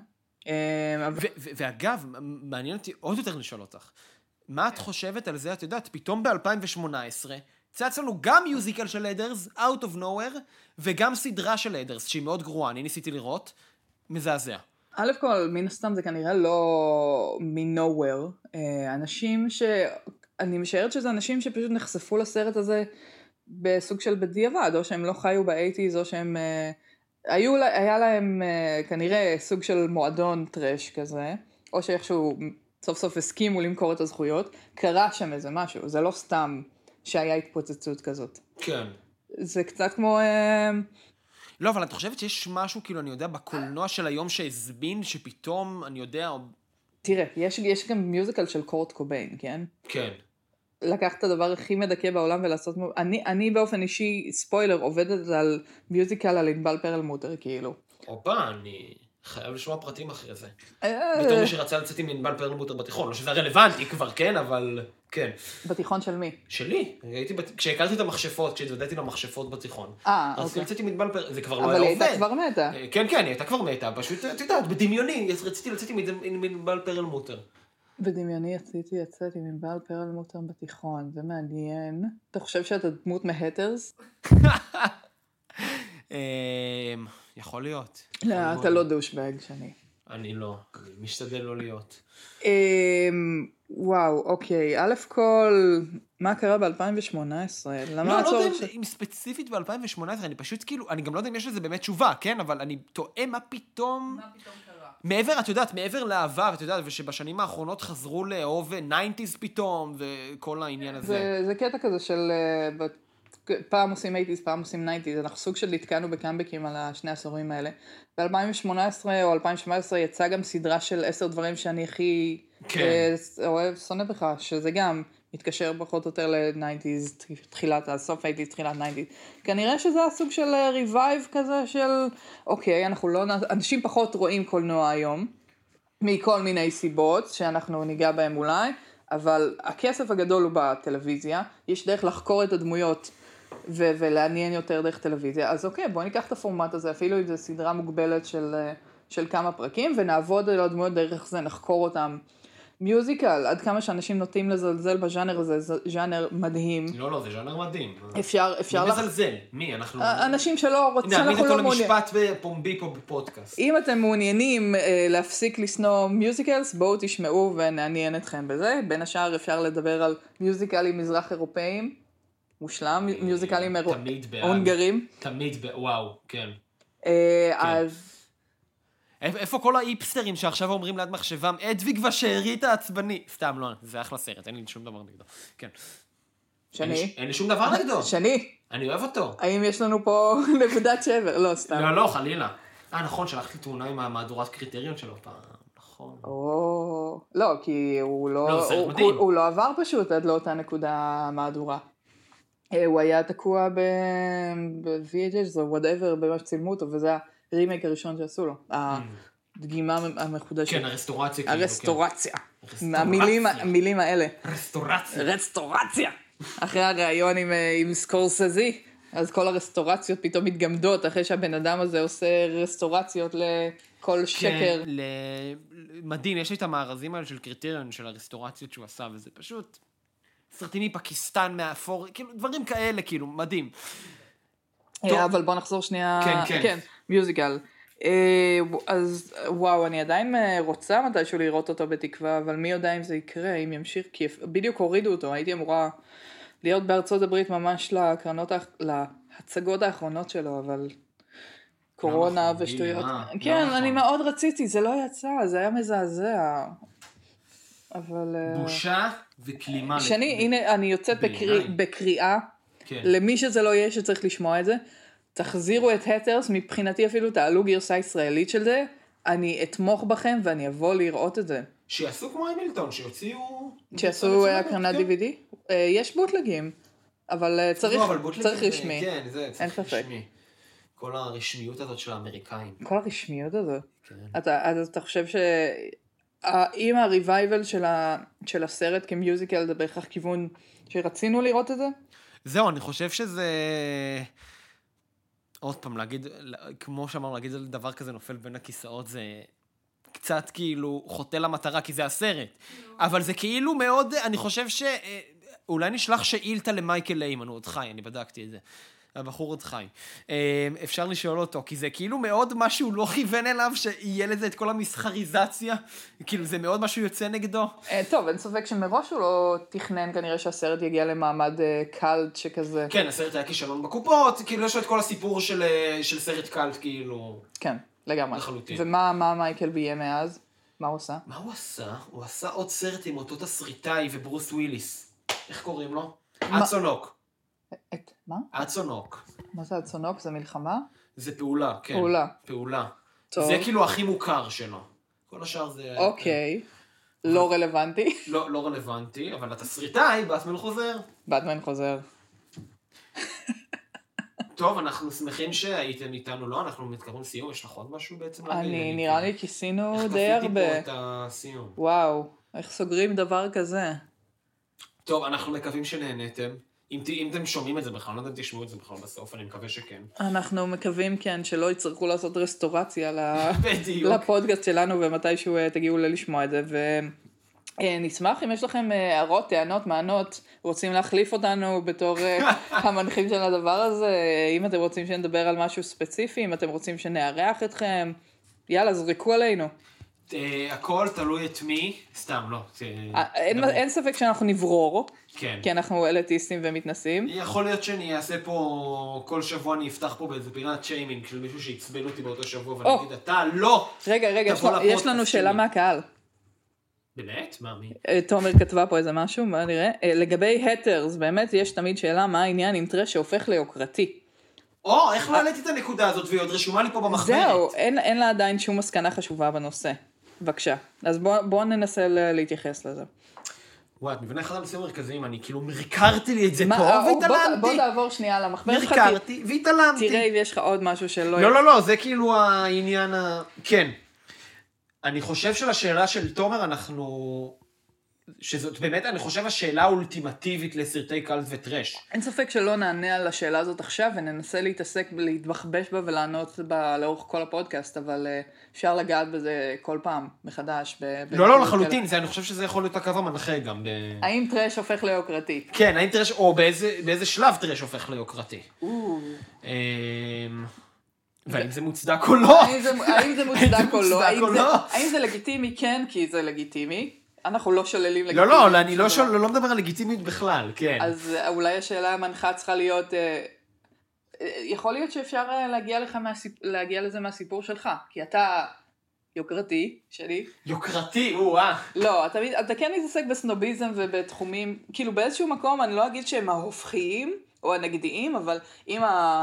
ואגב, מעניין אותי עוד יותר לשאול אותך. מה את חושבת על זה, את יודעת, פתאום ב-2018, צץ לנו גם מיוזיקל של הדרס, Out of Nowhere, וגם סדרה של הדרס, שהיא מאוד גרועה, אני ניסיתי לראות, מזעזע. א' כל, מן הסתם זה כנראה לא מ-nowhere. אנשים אני משערת שזה אנשים שפשוט נחשפו לסרט הזה בסוג של בדיעבד, או שהם לא חיו ב-80s, או שהם... היה להם כנראה סוג של מועדון טרש כזה, או שאיכשהו סוף סוף הסכימו למכור את הזכויות, קרה שם איזה משהו, זה לא סתם שהיה התפוצצות כזאת. כן. זה קצת כמו... לא, אבל את חושבת שיש משהו, כאילו, אני יודע, בקולנוע של היום שהזמין, שפתאום, אני יודע... תראה, יש גם מיוזיקל של קורט קוביין, כן? כן. לקח את הדבר הכי מדכא בעולם ולעשות... אני באופן אישי, ספוילר, עובדת על מיוזיקל על ענבל פרלמוטר, כאילו. אופה, אני חייב לשמוע פרטים אחרי זה. בתור מי שרצה לצאת עם ענבל פרלמוטר בתיכון, לא שזה רלוונטי כבר, כן, אבל כן. בתיכון של מי? שלי. כשהכרתי את המכשפות, כשהתוודעתי למכשפות בתיכון. אוקיי. רציתי עם ענבל פרלמוטר, זה כבר לא היה אבל עובד. היא הייתה כבר מתה. כן, היא הייתה כבר מתה, פשוט, את יודעת, בדמיוני, רציתי לצאת עם ענבל פרלמוטר. בדמיוני יצאתי לצאת עם ענבל פרלמוטר בתיכון, זה מעניין. אתה חושב שאתה דמות מהטרס? יכול להיות. לא, אתה לא דושבג שני. אני לא, אני משתדל לא להיות. וואו, אוקיי. א' כל, מה קרה ב-2018? לא יודע אם ספציפית ב-2018, אני פשוט כאילו, אני גם לא יודע אם יש לזה באמת תשובה, כן? אבל אני טועה מה פתאום קרה? מעבר, את יודעת, מעבר לעבר, את יודעת, ושבשנים האחרונות חזרו לאהוב 90s פתאום, וכל העניין הזה. זה קטע כזה של... פעם עושים 80s, פעם עושים 90s, אנחנו סוג של התקענו בקאמבקים על השני העשורים האלה. ב-2018 או 2017 יצא גם סדרה של 10 דברים שאני הכי אוהב, שונא בך, שזה גם מתקשר פחות או יותר ל-90s, תחילת, סוף 80s, תחילת 90s. כנראה שזה הסוג של ריווייב כזה של, אוקיי, אנחנו לא, אנשים פחות רואים קולנוע היום, מכל מיני סיבות שאנחנו ניגע בהם אולי, אבל הכסף הגדול הוא בטלוויזיה, יש דרך לחקור את הדמויות ולעניין יותר דרך טלוויזיה, אז אוקיי, בואו ניקח את הפורמט הזה, אפילו אם זו סדרה מוגבלת של כמה פרקים, ונעבוד על הדמויות דרך זה, נחקור אותם. מיוזיקל, עד כמה שאנשים נוטים לזלזל בז'אנר הזה, זה ז'אנר מדהים. לא, זה ז'אנר מדהים. אפשר מי מזלזל? מי? אנחנו... אנשים שלא רוצים, הנה, נעמיד אותו למשפט ופומבי פה בפודקאסט. אם אתם מעוניינים להפסיק לשנוא מיוזיקלס, בואו תשמעו ונעניין אתכם בזה. בין השאר אפשר לדבר על מיוזיקלים מזרח אירופאים, מושלם, מיוזיקלים הונגרים. תמיד בעד, וואו, כן. אז... איפה כל האיפסטרים שעכשיו אומרים ליד מחשבם, אדוויג והשארית העצבני? סתם, לא, זה אחלה סרט, אין לי שום דבר נגדו. כן. שני? אין לי שום דבר נגדו. שני? אני אוהב אותו. האם יש לנו פה נקודת שבר? לא, סתם. לא, חלילה. נכון, שלחתי תמונה עם המהדורת קריטריון שלו פעם. נכון. לא, כי הוא לא עבר פשוט עד לאותה נקודה מהדורה. הוא היה תקוע ב-VHS או whatever, במה שצילמו אותו, וזה הרימייק הראשון שעשו לו. הדגימה המחודשת. כן, הרסטורציה. הרסטורציה. המילים האלה. רסטורציה. אחרי הראיון עם סקורסזי, אז כל הרסטורציות פתאום מתגמדות, אחרי שהבן אדם הזה עושה רסטורציות לכל שקר. כן, מדהים, יש לי את המארזים האלה של קריטריון, של הרסטורציות שהוא עשה, וזה פשוט סרטים מפקיסטן, מאפור, כאילו, דברים כאלה, כאילו, מדהים. אבל בוא נחזור שנייה. כן, מיוזיקל. אז וואו, אני עדיין רוצה מתישהו לראות אותו בתקווה, אבל מי יודע אם זה יקרה, אם ימשיך, כי בדיוק הורידו אותו, הייתי אמורה להיות בארצות הברית ממש להצגות האחרונות שלו, אבל קורונה ושטויות. כן, אני מאוד רציתי, זה לא יצא, זה היה מזעזע. אבל... בושה וכלימה. שני, הנה, אני יוצאת בקריאה, למי שזה לא יהיה שצריך לשמוע את זה, תחזירו את הטרס, מבחינתי אפילו תעלו גרסה ישראלית של זה, אני אתמוך בכם ואני אבוא לראות את זה. שיעשו כמו המילטון, שיעשו הקרנת DVD? יש בוטלגים, אבל צריך רשמי. כן, זה צריך רשמי. כל הרשמיות הזאת של האמריקאים. כל הרשמיות הזאת? כן. אתה חושב אם הריווייבל של הסרט כמיוזיקל זה בהכרח כיוון שרצינו לראות את זה? זהו, אני חושב שזה... עוד פעם, להגיד, כמו שאמרנו, להגיד זה דבר כזה נופל בין הכיסאות, זה קצת כאילו חוטא למטרה, כי זה הסרט. אבל זה כאילו מאוד, אני חושב אולי נשלח שאילתה למייקל ליימן, הוא עוד חי, אני בדקתי את זה. הבחור עוד חי. אפשר לשאול אותו, כי זה כאילו מאוד משהו לא כיוון אליו, שיהיה לזה את כל המסחריזציה, כאילו זה מאוד משהו יוצא נגדו. טוב, אין ספק שמראש הוא לא תכנן כנראה שהסרט יגיע למעמד קלט שכזה. כן, הסרט היה כישלון בקופות, כאילו יש לו את כל הסיפור של סרט קלט, כאילו. כן, לגמרי. לחלוטין. ומה מייקל ביים מאז? מה הוא עשה? מה הוא עשה? הוא עשה עוד סרט עם אותו תסריטאי וברוס וויליס. איך קוראים לו? אצונוק. מה? אצונוק. מה זה אצונוק? זה מלחמה? זה פעולה, כן. פעולה. טוב. זה כאילו הכי מוכר שלו. כל השאר זה... אוקיי. לא רלוונטי. לא רלוונטי, אבל התסריטאי, באטמן חוזר. באטמן חוזר. טוב, אנחנו שמחים שהייתם איתנו, לא? אנחנו מתקרבים סיום, יש לך עוד משהו בעצם להגיד? נראה לי כיסינו די איך כפיתי הרבה. פה את הסיום? וואו, איך סוגרים דבר כזה? טוב, אנחנו מקווים שנהנתם. אם אתם שומעים את זה בכלל, לא יודעים תשמעו את זה בכלל בסוף, אני מקווה שכן. אנחנו מקווים כן שלא יצטרכו לעשות רסטורציה בדיוק. לפודקאסט שלנו ומתישהו תגיעו לשמוע את זה. ונשמח אם יש לכם הערות, טענות, מענות, רוצים להחליף אותנו בתור המנחים של הדבר הזה, אם אתם רוצים שנדבר על משהו ספציפי, אם אתם רוצים שנארח אתכם, יאללה, זרקו עלינו. הכל תלוי את מי, סתם, לא. אין ספק שאנחנו נברור, כן. כי אנחנו אליטיסטים ומתנסים. יכול להיות שאני אעשה פה, כל שבוע אני אפתח פה באיזה פינת שיימינג של מישהו שיצבל אותי באותו שבוע, ואני אגיד, אתה לא! רגע, יש לנו שאלה מהקהל. באמת? מה, מי? תומר כתבה פה איזה משהו, מה נראה? לגבי הטרס, באמת יש תמיד שאלה מה העניין עם טרש שהופך ליוקרתי. איך לא העליתי את הנקודה הזאת, והיא עוד רשומה לי פה במחברת? זהו, אין לה עדיין שום מסקנה חשובה בנושא. בבקשה. אז בואו ננסה להתייחס לזה. וואי, את מבינה אחד הנושאים המרכזיים, אני כאילו מרקרתי לי את זה פה והתעלמתי. בוא נעבור שנייה על המחברת. מרקרתי והתעלמתי. תראה אם יש לך עוד משהו שלא... לא, זה כאילו העניין כן. אני חושב שלשאלה של תומר שזאת באמת, אני חושב, השאלה האולטימטיבית לסרטי קלט וטרש. אין ספק שלא נענה על השאלה הזאת עכשיו, וננסה להתבחבש בה ולענות בה לאורך כל הפודקאסט, אבל אפשר לגעת בזה כל פעם מחדש. לא, לחלוטין, אני חושב שזה יכול להיות הקו המנחה גם. האם טרש הופך ליוקרתי? כן, האם טרש, או באיזה שלב טרש הופך ליוקרתי. והאם זה מוצדק או לא? האם זה מוצדק או לא? האם זה לגיטימי? כן, כי זה לגיטימי. אנחנו לא שוללים לגיטימיות. לא, אני לא מדבר על לגיטימיות בכלל, כן. אז אולי השאלה המנחה צריכה להיות, יכול להיות שאפשר להגיע לזה מהסיפור שלך, כי אתה יוקרתי שלי. יוקרתי, לא, אתה כן מתעסק בסנוביזם ובתחומים, כאילו באיזשהו מקום אני לא אגיד שהם ההופכיים או הנגדיים, אבל עם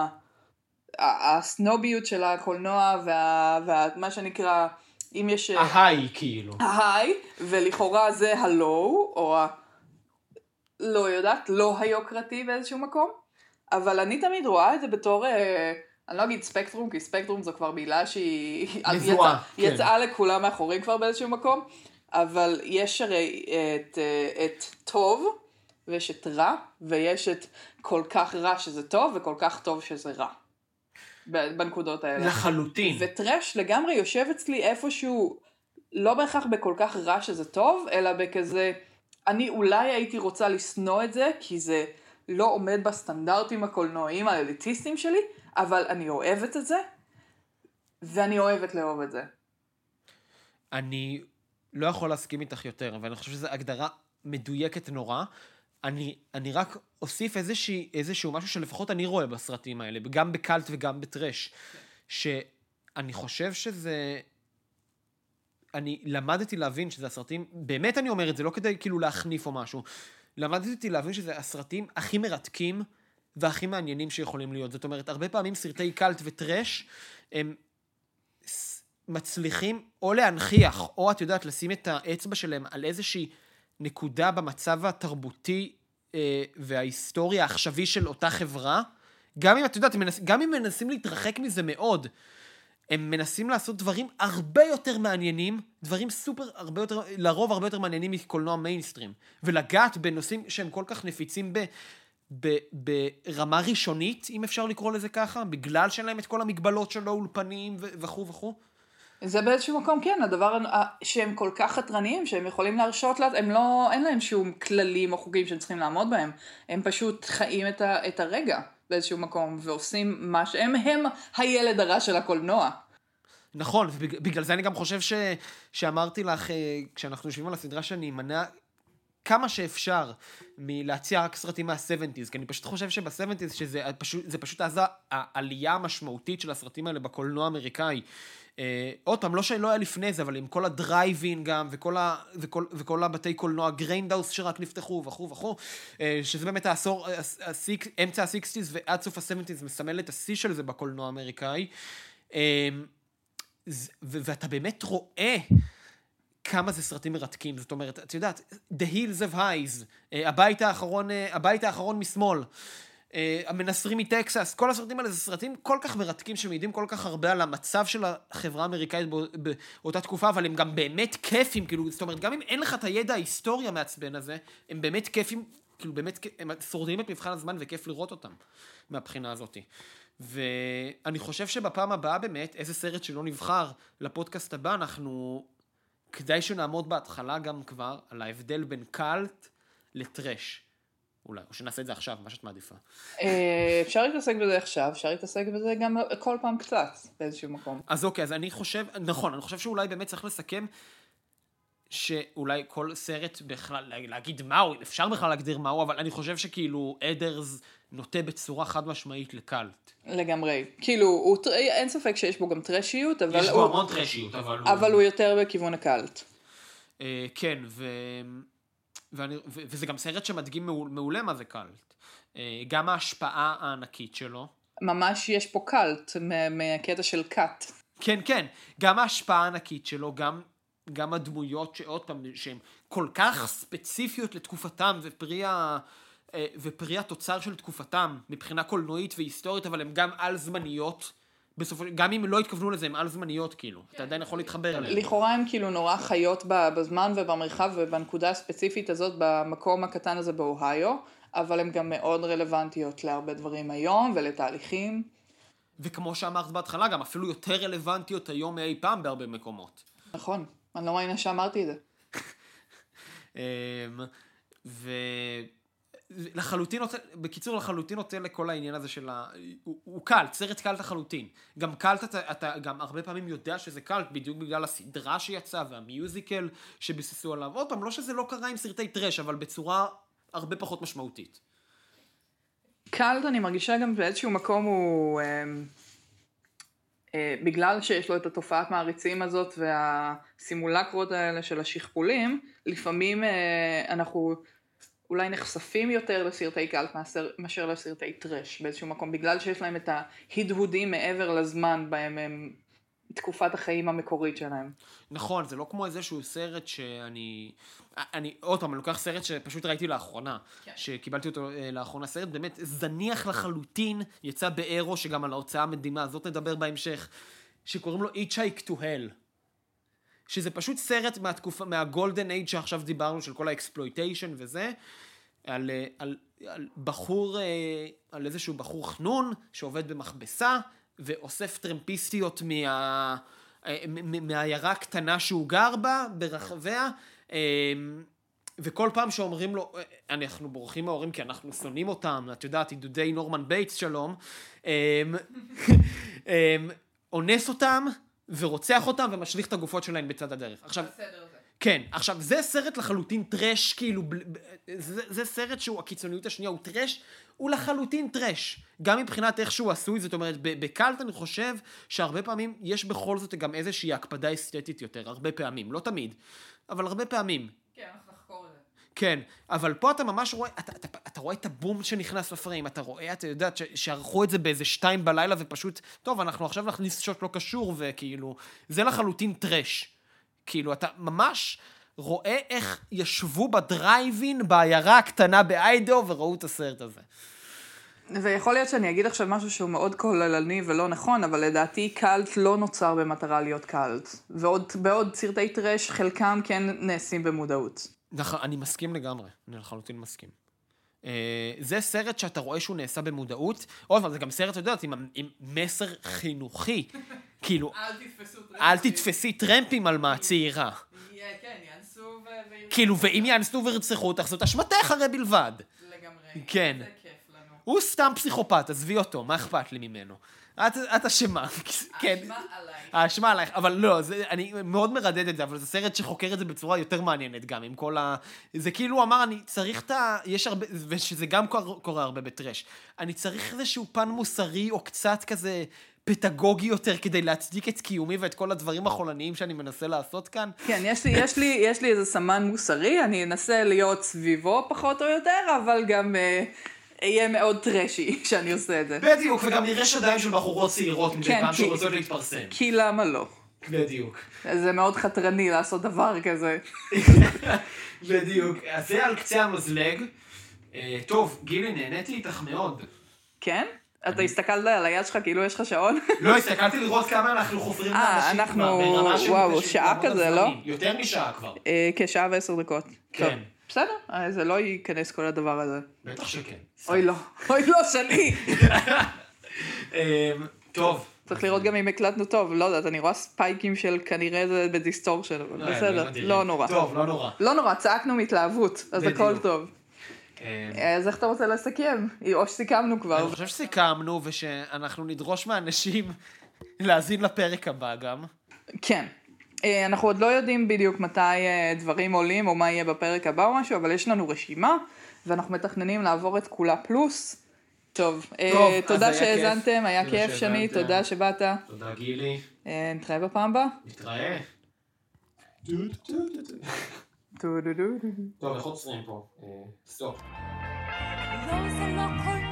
הסנוביות של הקולנוע ומה שנקרא... אם יש... ההיי, כאילו. ההיי, ולכאורה זה הלואו, או לא יודעת, לא היוקרתי באיזשהו מקום. אבל אני תמיד רואה את זה בתור, אני לא אגיד ספקטרום, כי ספקטרום זו כבר מילה שהיא... מזוהה, כן. יצאה לכולם מאחורים כבר באיזשהו מקום. אבל יש הרי את טוב, ויש את רע, ויש את כל כך רע שזה טוב, וכל כך טוב שזה רע. בנקודות האלה. לחלוטין. וטרש לגמרי יושב אצלי איפשהו, לא בהכרח בכל כך רע שזה טוב, אלא בכזה, אני אולי הייתי רוצה לשנוא את זה, כי זה לא עומד בסטנדרטים הקולנועיים האליטיסטיים שלי, אבל אני אוהבת את זה, ואני אוהבת לאהוב את זה. אני לא יכול להסכים איתך יותר, אבל אני חושב שזו הגדרה מדויקת נורא. אני רק אוסיף איזשהו משהו שלפחות אני רואה בסרטים האלה, גם בקלט וגם בטרש, שאני חושב שזה, אני למדתי להבין שזה הסרטים, באמת אני אומר את זה, לא כדי כאילו להחניף או משהו, למדתי להבין שזה הסרטים הכי מרתקים והכי מעניינים שיכולים להיות. זאת אומרת, הרבה פעמים סרטי קלט וטרש, הם מצליחים או להנכיח, או את יודעת, לשים את האצבע שלהם על איזושהי נקודה במצב התרבותי וההיסטוריה העכשווי של אותה חברה, גם אם את יודעת, גם אם מנסים להתרחק מזה מאוד, הם מנסים לעשות דברים הרבה יותר מעניינים, דברים לרוב הרבה יותר מעניינים מקולנוע מיינסטרים, ולגעת בנושאים שהם כל כך נפיצים ברמה ראשונית, אם אפשר לקרוא לזה ככה, בגלל שאין להם את כל המגבלות שלו, אולפנים וכו' וכו'. זה באיזשהו מקום, כן, הדבר שהם כל כך חתרניים, שהם יכולים להרשות לה, אין להם שום כללים או חוקים שהם צריכים לעמוד בהם, הם פשוט חיים את הרגע באיזשהו מקום, ועושים מה שהם הילד הרע של הקולנוע. נכון, ובגלל זה אני גם חושב שאמרתי לך, כשאנחנו יושבים על הסדרה שאני אמנע כמה שאפשר מלהציע רק סרטים מה-70s, כי אני פשוט חושב שב-70s שזה פשוט העלייה המשמעותית של הסרטים האלה בקולנוע האמריקאי. עוד פעם, לא שלא היה לפני זה, אבל עם כל הדרייבין גם, וכל הבתי קולנוע גריינדאוס שרק נפתחו וכו', שזה באמת העשור, אמצע ה-60s ועד סוף ה-70s מסמל את השיא של זה בקולנוע האמריקאי. ואתה באמת רואה כמה זה סרטים מרתקים, זאת אומרת, את יודעת, The Hills of Eyes, הבית האחרון משמאל, המנסרים מטקסס, כל הסרטים האלה זה סרטים כל כך מרתקים שמעידים כל כך הרבה על המצב של החברה האמריקאית באותה תקופה, אבל הם גם באמת כיפים, כאילו, זאת אומרת, גם אם אין לך את הידע ההיסטורי המעצבן הזה, הם באמת כיפים, כאילו באמת, הם שורדים את מבחן הזמן וכיף לראות אותם מהבחינה הזאת. ואני חושב שבפעם הבאה באמת, איזה סרט שלא נבחר לפודקאסט הבא, אנחנו כדאי שנעמוד בהתחלה גם כבר על ההבדל בין קלט לטרש. אולי, או שנעשה את זה עכשיו, מה שאת מעדיפה. אפשר להתעסק בזה עכשיו, אפשר להתעסק בזה גם כל פעם קצת, באיזשהו מקום. אז אוקיי, אז אני חושב, נכון, אני חושב שאולי באמת צריך לסכם, שאולי כל סרט בכלל, להגיד מהו, אפשר בכלל להגדיר מהו, אבל אני חושב שכאילו אדרס נוטה בצורה חד משמעית לקלט. לגמרי. כאילו, אין ספק שיש בו גם טרשיות, אבל יש בו המון טרשיות, אבל הוא יותר בכיוון הקלט. כן, וזה גם סרט שמדגים מעולה מה זה קלט. גם ההשפעה הענקית שלו. ממש יש פה קלט, מהקטע של קאט. כן, כן. גם ההשפעה הענקית שלו, גם הדמויות שעוד פעם, שהן כל כך ספציפיות לתקופתם, ופרי התוצר של תקופתם, מבחינה קולנועית והיסטורית, אבל הן גם על זמניות, גם אם לא התכוונו לזה, הן על זמניות, כאילו. אתה עדיין יכול להתחבר אליהן. לכאורה הן כאילו נורא חיות בזמן ובמרחב, ובנקודה הספציפית הזאת, במקום הקטן הזה באוהיו, אבל הן גם מאוד רלוונטיות להרבה דברים היום, ולתהליכים. וכמו שאמרת בהתחלה, גם אפילו יותר רלוונטיות היום מאי פעם בהרבה מקומות. נכון. אני לא מאמינה שאמרתי את זה. בקיצור, לחלוטין נוטה לכל העניין הזה של הוא קלט, סרט קלט לחלוטין. גם קלט, אתה גם הרבה פעמים יודע שזה קלט, בדיוק בגלל הסדרה שיצאה והמיוזיקל שביססו עליו. עוד פעם, לא שזה לא קרה עם סרטי טרש, אבל בצורה הרבה פחות משמעותית. קלט, אני מרגישה גם באיזשהו מקום הוא... בגלל שיש לו את התופעת מעריצים הזאת והסימולקרות האלה של השכפולים, לפעמים אנחנו אולי נחשפים יותר לסרטי קלט מאשר לסרטי טרש באיזשהו מקום, בגלל שיש להם את ההדהודים מעבר לזמן בהם הם תקופת החיים המקורית שלהם. נכון, זה לא כמו איזשהו סרט עוד פעם, אני לוקח סרט שפשוט ראיתי לאחרונה, שקיבלתי אותו לאחרונה, סרט באמת זניח לחלוטין, יצא באירו, שגם על ההוצאה המדהימה הזאת נדבר בהמשך, שקוראים לו Hitchhike to Hell, שזה פשוט סרט מהגולדן אייג' שעכשיו דיברנו, של כל האקספלויטיישן וזה, על בחור, על איזשהו בחור חנון, שעובד במכבסה, ואוסף טרמפיסטיות מהעיירה הקטנה שהוא גר בה, ברחביה, וכל פעם שאומרים לו, אנחנו בורחים מההורים כי אנחנו שונאים אותם, את יודעת, עידודי נורמן בייטס, שלום, אונס אותם, ורוצח אותם, ומשליך את הגופות שלהם בצד הדרך. עכשיו, כן, עכשיו, זה סרט לחלוטין טרש, כאילו, זה סרט שהוא, הקיצוניות השנייה, הוא טרש, הוא לחלוטין טרש. גם מבחינת איך שהוא עשוי, זאת אומרת, בקלט אני חושב שהרבה פעמים יש בכל זאת גם איזושהי הקפדה אסתטית יותר, הרבה פעמים, לא תמיד, אבל הרבה פעמים. כן, אנחנו נחקור את זה. כן, אבל פה אתה ממש רואה, אתה רואה את הבום שנכנס לפריים, אתה רואה, אתה יודעת, שערכו את זה באיזה 2 בלילה, ופשוט, טוב, אנחנו עכשיו נכניס שוט לא קשור, וכאילו, זה לחלוטין טרש. כאילו, אתה ממש רואה איך ישבו בדרייבין בעיירה הקטנה באיידו וראו את הסרט הזה. ויכול להיות שאני אגיד עכשיו משהו שהוא מאוד כוללני ולא נכון, אבל לדעתי קלט לא נוצר במטרה להיות קלט. ובעוד סרטי טרש חלקם כן נעשים במודעות. נכון, אני מסכים לגמרי, אני לחלוטין מסכים. זה סרט שאתה רואה שהוא נעשה במודעות, עוד פעם, זה גם סרט, אתה יודע, עם מסר חינוכי, כאילו, אל תתפסי טרמפים על מהצעירה. כן, יאנסו כאילו, ואם יאנסו וירצחו אותך, זאת אשמתך הרי בלבד. לגמרי. כן. זה כיף לנו. הוא סתם פסיכופת, עזבי אותו, מה אכפת לי ממנו? את אשמה. כן. האשמה עליי. האשמה עלייך, אבל לא, אני מאוד מרדד את זה, אבל זה סרט שחוקר את זה בצורה יותר מעניינת גם, עם כל זה כאילו הוא אמר, אני צריך יש הרבה, ושזה גם קורה הרבה בטרש, אני צריך איזשהו פן מוסרי, או קצת כזה פדגוגי יותר, כדי להצדיק את קיומי, ואת כל הדברים החולניים שאני מנסה לעשות כאן. כן, יש לי איזה סמן מוסרי, אני אנסה להיות סביבו פחות או יותר, אבל גם אהיה מאוד טרשי כשאני עושה את זה. בדיוק, וגם נראה שדיים של בחורות צעירות מדי פעם שרוצות להתפרסם. כי למה לא? בדיוק. זה מאוד חתרני לעשות דבר כזה. בדיוק. אז זה על קצה המזלג. טוב, גילי, נהניתי איתך מאוד. כן? אתה הסתכלת על היד שלך כאילו יש לך שעון? לא, הסתכלתי לראות כמה אנחנו חופרים לאנשים. אנחנו, וואו, שעה כזה, לא? יותר משעה כבר. כשעה ו10 דקות. כן. בסדר, זה לא ייכנס כל הדבר הזה. בטח שכן. אוי לא, שני. טוב. צריך לראות גם אם הקלטנו טוב, לא יודעת, אני רואה ספייקים של כנראה זה בדיסטורשן, אבל בסדר, לא נורא. טוב, לא נורא. לא נורא, צעקנו מתלהבות, אז הכל טוב. אז איך אתה רוצה לסכם? או שסיכמנו כבר. אני חושב שסיכמנו, ושאנחנו נדרוש מאנשים להאזין לפרק הבא גם. כן. אנחנו עוד לא יודעים בדיוק מתי דברים עולים, או מה יהיה בפרק הבא או משהו, אבל יש לנו רשימה, ואנחנו מתכננים לעבור את כולה פלוס. טוב, תודה שהאזנתם, היה כיף שני, תודה שבאת. תודה גילי. נתראה בפעם הבאה. נתראה. טוב, איך עוצרים פה? סטופ.